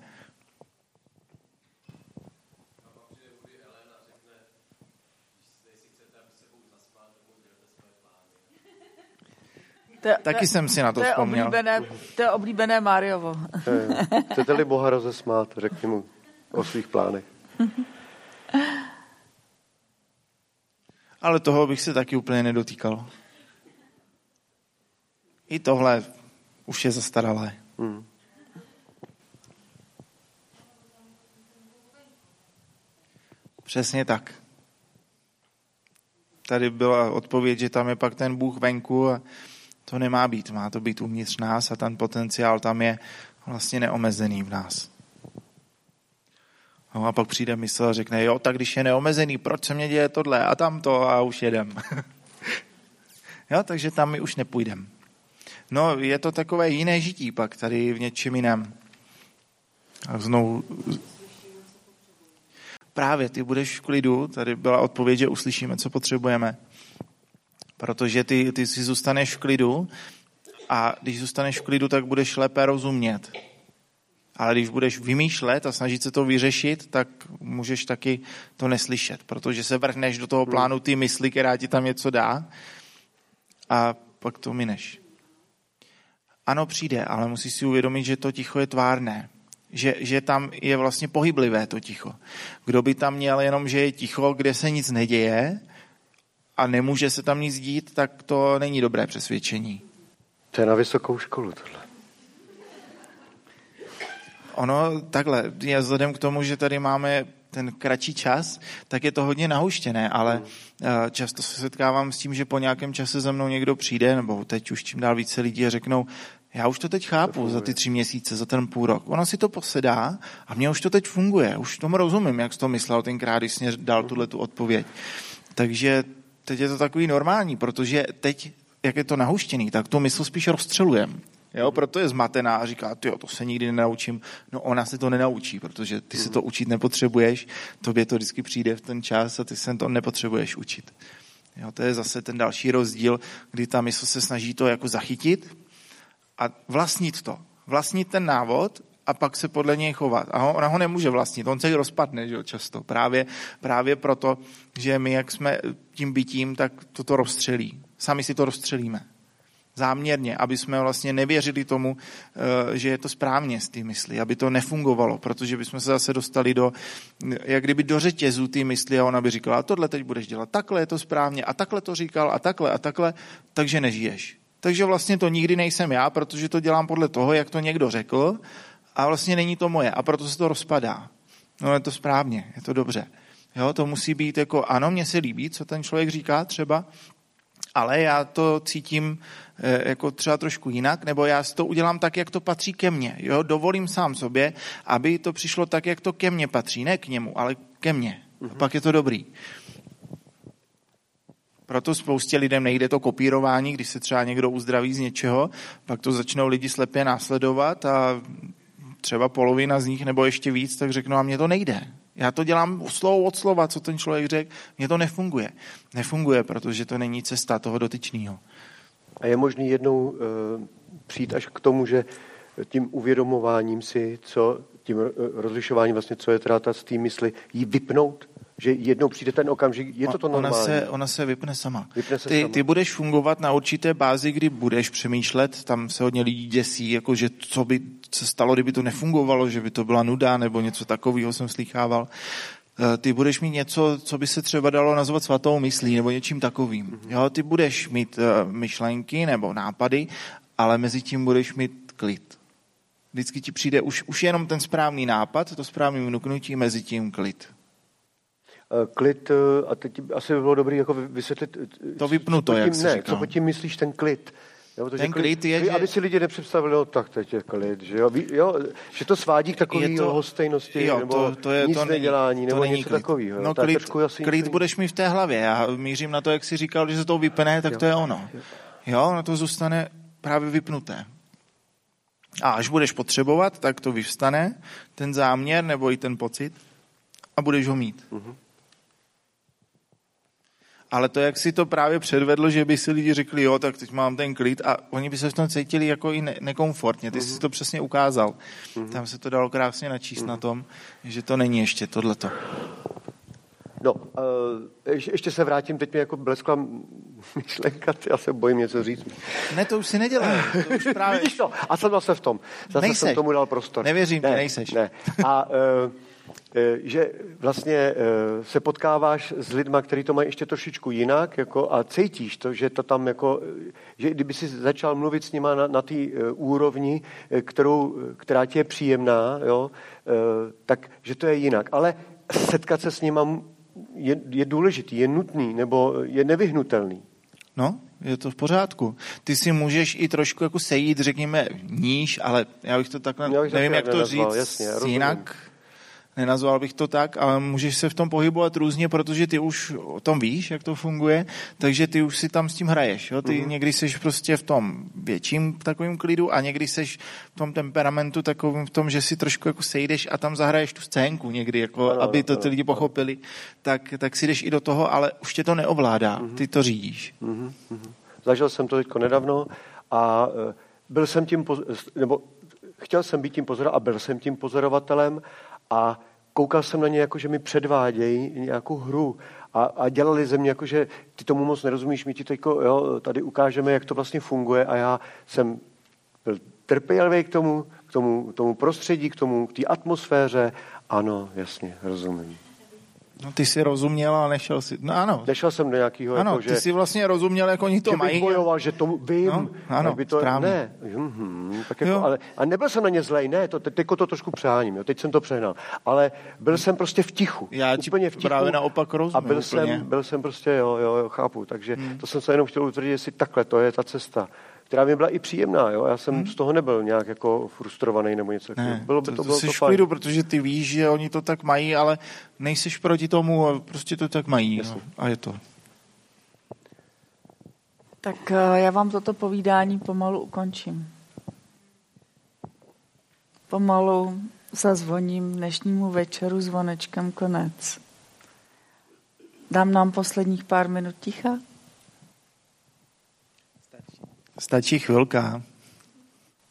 To, Taky to, jsem si na to, to vzpomněl. Oblíbené, to je oblíbené Máriovo. Chcete-li Boha rozesmát, řekni mu o svých plánech. Ale toho bych se taky úplně nedotýkal. I tohle už je zastaralé. Hmm. Přesně tak. Tady byla odpověď, že tam je pak ten Bůh venku a to nemá být. Má to být uvnitř nás a ten potenciál tam je vlastně neomezený v nás. No a pak přijde mysl a řekne, jo, tak když je neomezený, proč se mě děje tohle a tamto a už jedem. Jo, takže tam my už nepůjdeme. No, je to takové jiné žití pak tady v něčem jiném. A znovu... Právě, ty budeš v klidu, tady byla odpověď, že uslyšíme, co potřebujeme. Protože ty, ty si zůstaneš v klidu a když zůstaneš v klidu, tak budeš lépe rozumět. Ale když budeš vymýšlet a snažit se to vyřešit, tak můžeš taky to neslyšet, protože se vrhneš do toho plánu ty mysli, která ti tam něco dá a pak to mineš. Ano, přijde, ale musíš si uvědomit, že to ticho je tvárné. Že, že tam je vlastně pohyblivé to ticho. Kdo by tam měl jenom, že je ticho, kde se nic neděje a nemůže se tam nic dít, tak to není dobré přesvědčení. To je na vysokou školu tohle. Ono takhle, je vzhledem k tomu, že tady máme ten kratší čas, tak je to hodně nahuštěné, ale často se setkávám s tím, že po nějakém čase za mnou někdo přijde, nebo teď už čím dál více lidí a řeknou, já už to teď chápu za ty tři měsíce, za ten půl rok. Ono si to posedá a mně už to teď funguje. Už tomu rozumím, jak jsi to myslel tenkrát, když jsi dal tuhle tu odpověď. Takže teď je to takový normální, protože teď, jak je to nahuštěný, tak tu mysl spíš rozstřelujem. Jo, proto je zmatená a říká, tyjo, to se nikdy nenaučím. No ona se to nenaučí, protože ty se to učit nepotřebuješ, tobě to vždycky přijde v ten čas a ty se to nepotřebuješ učit. Jo, to je zase ten další rozdíl, kdy ta mysl se snaží to jako zachytit a a vlastnit to. Vlastnit ten návod a pak se podle něj chovat. A ona ho nemůže vlastnit, on se ji rozpadne, že jo, často. Právě, právě proto, že my, jak jsme tím bytím, tak toto rozstřelí. Sami si to rozstřelíme. Záměrně, aby jsme vlastně nevěřili tomu, že je to správně z té mysli, aby to nefungovalo, protože bychom se zase dostali do, jak kdyby do řetězu té mysli a ona by říkala, tohle teď budeš dělat, takhle je to správně a takhle to říkal a takhle a takhle, takže nežiješ. Takže vlastně to nikdy nejsem já, protože to dělám podle toho, jak to někdo řekl a vlastně není to moje a proto se to rozpadá. No je to správně, je to dobře. Jo, to musí být jako, ano, mně se líbí, co ten člověk říká třeba, ale já to cítím e, jako třeba trošku jinak, nebo já si to udělám tak, jak to patří ke mně. Jo? Dovolím sám sobě, aby to přišlo tak, jak to ke mně patří. Ne k němu, ale ke mně. Mm-hmm. A pak je to dobrý. Proto spoustě lidem nejde to kopírování, když se třeba někdo uzdraví z něčeho, pak to začnou lidi slepě následovat a třeba polovina z nich, nebo ještě víc, tak řeknou, a mně to nejde. Já to dělám slovo od slova, co ten člověk řekl, mně to nefunguje. Nefunguje, protože to není cesta toho dotyčného. A je možný jednou uh, přijít až k tomu, že tím uvědomováním si, co, tím rozlišováním vlastně, co je teda ta z té mysli, jí vypnout? Že jednou přijde ten okamžik, je to to normální? Ona se, ona se vypne sama. Vypne se ty, sama. ty budeš fungovat na určité bázi, kdy budeš přemýšlet, tam se hodně lidí děsí, jako že co by se stalo, kdyby to nefungovalo, že by to byla nuda, nebo něco takového jsem slýchával. Ty budeš mít něco, co by se třeba dalo nazvat svatou myslí, nebo něčím takovým. Mm-hmm. Jo, ty budeš mít uh, myšlenky nebo nápady, ale mezi tím budeš mít klid. Vždycky ti přijde už, už jenom ten správný nápad, to správný vnuknutí, mezi tím klid. Klid, a teď asi by bylo dobré jako vysvětlit... To vypnuto, jak jsi ne, říkal. co pod tím myslíš ten klid? Jo, ten klid, klid je, klid, že... Aby si lidi nepředstavili, no tak teď je klid, že jo, jo že to svádí k takové to... lhostejnosti, jo, nebo to, to je, nic to nedělání, to nebo něco klid. takového. No klid, klid budeš mít v té hlavě, já mířím na to, jak jsi říkal, že se to vypne, tak jo. To je ono. Jo, na to zůstane právě vypnuté. A až budeš potřebovat, tak to vyvstane, ten záměr nebo i ten pocit a budeš ho mít. Uh-huh. Ale to, jak si to právě předvedlo, že by si lidi řekli, jo, tak teď mám ten klid a oni by se v tom cítili jako i ne- nekomfortně. Ty uh-huh. jsi to přesně ukázal. Uh-huh. Tam se to dalo krásně načíst uh-huh. na tom, že to není ještě tohleto. No, uh, ještě, ještě se vrátím, teď mi jako bleskla myšlenka, já se bojím něco říct. Ne, to už si nedělej. To už právě... Vidíš to? A jsem zase v tom. Zase nejseš. Jsem tomu dal prostor. Nevěřím ti, ne, nejseš. Ne. A uh, že vlastně se potkáváš s lidma, kteří to mají ještě trošičku jinak, jako, a cítíš to, že to tam jako, že kdyby si začal mluvit s nima na, na té úrovni, kterou, která ti je příjemná, jo, tak že to je jinak. Ale setkat se s nima je, je důležitý, je nutný, nebo je nevyhnutelný. No, je to v pořádku. Ty si můžeš i trošku jako sejít, řekněme, níž, ale já bych to takhle, já bych nevím, tak jak to nenazval, říct jasně, jinak. Nenazval bych to tak, ale můžeš se v tom pohybovat různě, protože ty už o tom víš, jak to funguje, takže ty už si tam s tím hraješ. Jo? Ty mm-hmm. někdy seš prostě v tom větším takovým klidu a někdy seš v tom temperamentu takovým v tom, že si trošku jako sejdeš a tam zahraješ tu scénku někdy, jako, ano, aby to ty lidi pochopili, tak, tak si jdeš i do toho, ale už tě to neovládá. Mm-hmm. Ty to řídíš. Mm-hmm. Zažil jsem to teďko nedávno a byl jsem tím, nebo chtěl jsem být tím pozorovatelem a byl jsem tím pozorovatelem a koukal jsem na ně, jako že mi předvádějí nějakou hru a, a dělali ze mě, jako že ty tomu moc nerozumíš, my ti teďko, jo, tady ukážeme, jak to vlastně funguje a já jsem byl trpělivý k tomu, k tomu, k tomu prostředí, k tomu, k té atmosféře. Ano, jasně, rozumím. No ty jsi rozuměl, ale nešel si. No ano. Nešel jsem do nějakého, ano, jako, ty že... jsi vlastně rozuměl, jak oni to že mají. Že bych bojoval, že to vím. No, ano, by to, správně. Ne, hmm, tak jako, ale, a nebyl jsem na ně zlej, ne, to, teďko to trošku přeháním, jo, teď jsem to přehnal. Ale byl jsem prostě v tichu. Já ti úplně v tichu, právě naopak rozumím. A byl jsem, byl jsem prostě, jo, jo, jo chápu. Takže hmm. to jsem se jenom chtěl utvrdit, jestli takhle, to je ta cesta, která mi byla i příjemná, jo. Já jsem hmm. z toho nebyl nějak jako frustrovaný nebo něco. Ne, bylo by to, to, bylo jsi to v klidu, protože ty víš, že oni to tak mají, ale nejseš proti tomu a prostě to tak mají. No. A je to. Tak já vám toto povídání pomalu ukončím. Pomalu zazvoním dnešnímu večeru zvonečkem konec. Dám nám posledních pár minut ticha? Stačí chvilka.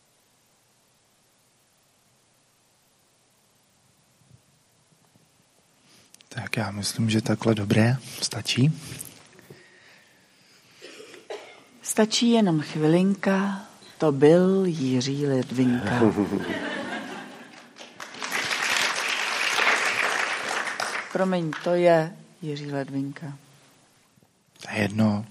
Tak já myslím, že takhle dobré. Stačí? Stačí jenom chvilinka, to byl Jiří Ledvinka. Promiň, to je Jiří Ledvinka. To je jedno.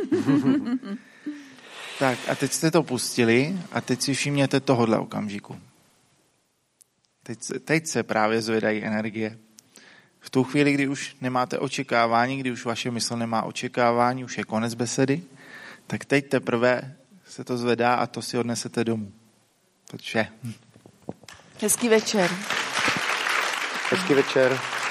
Tak a teď jste to pustili a teď si všimněte tohohle okamžiku. Teď, teď se právě zvedají energie. V tu chvíli, kdy už nemáte očekávání, kdy už vaše mysl nemá očekávání, už je konec besedy, tak teď teprve se to zvedá a to si odnesete domů. To je vše. Hezký večer. Hezký večer.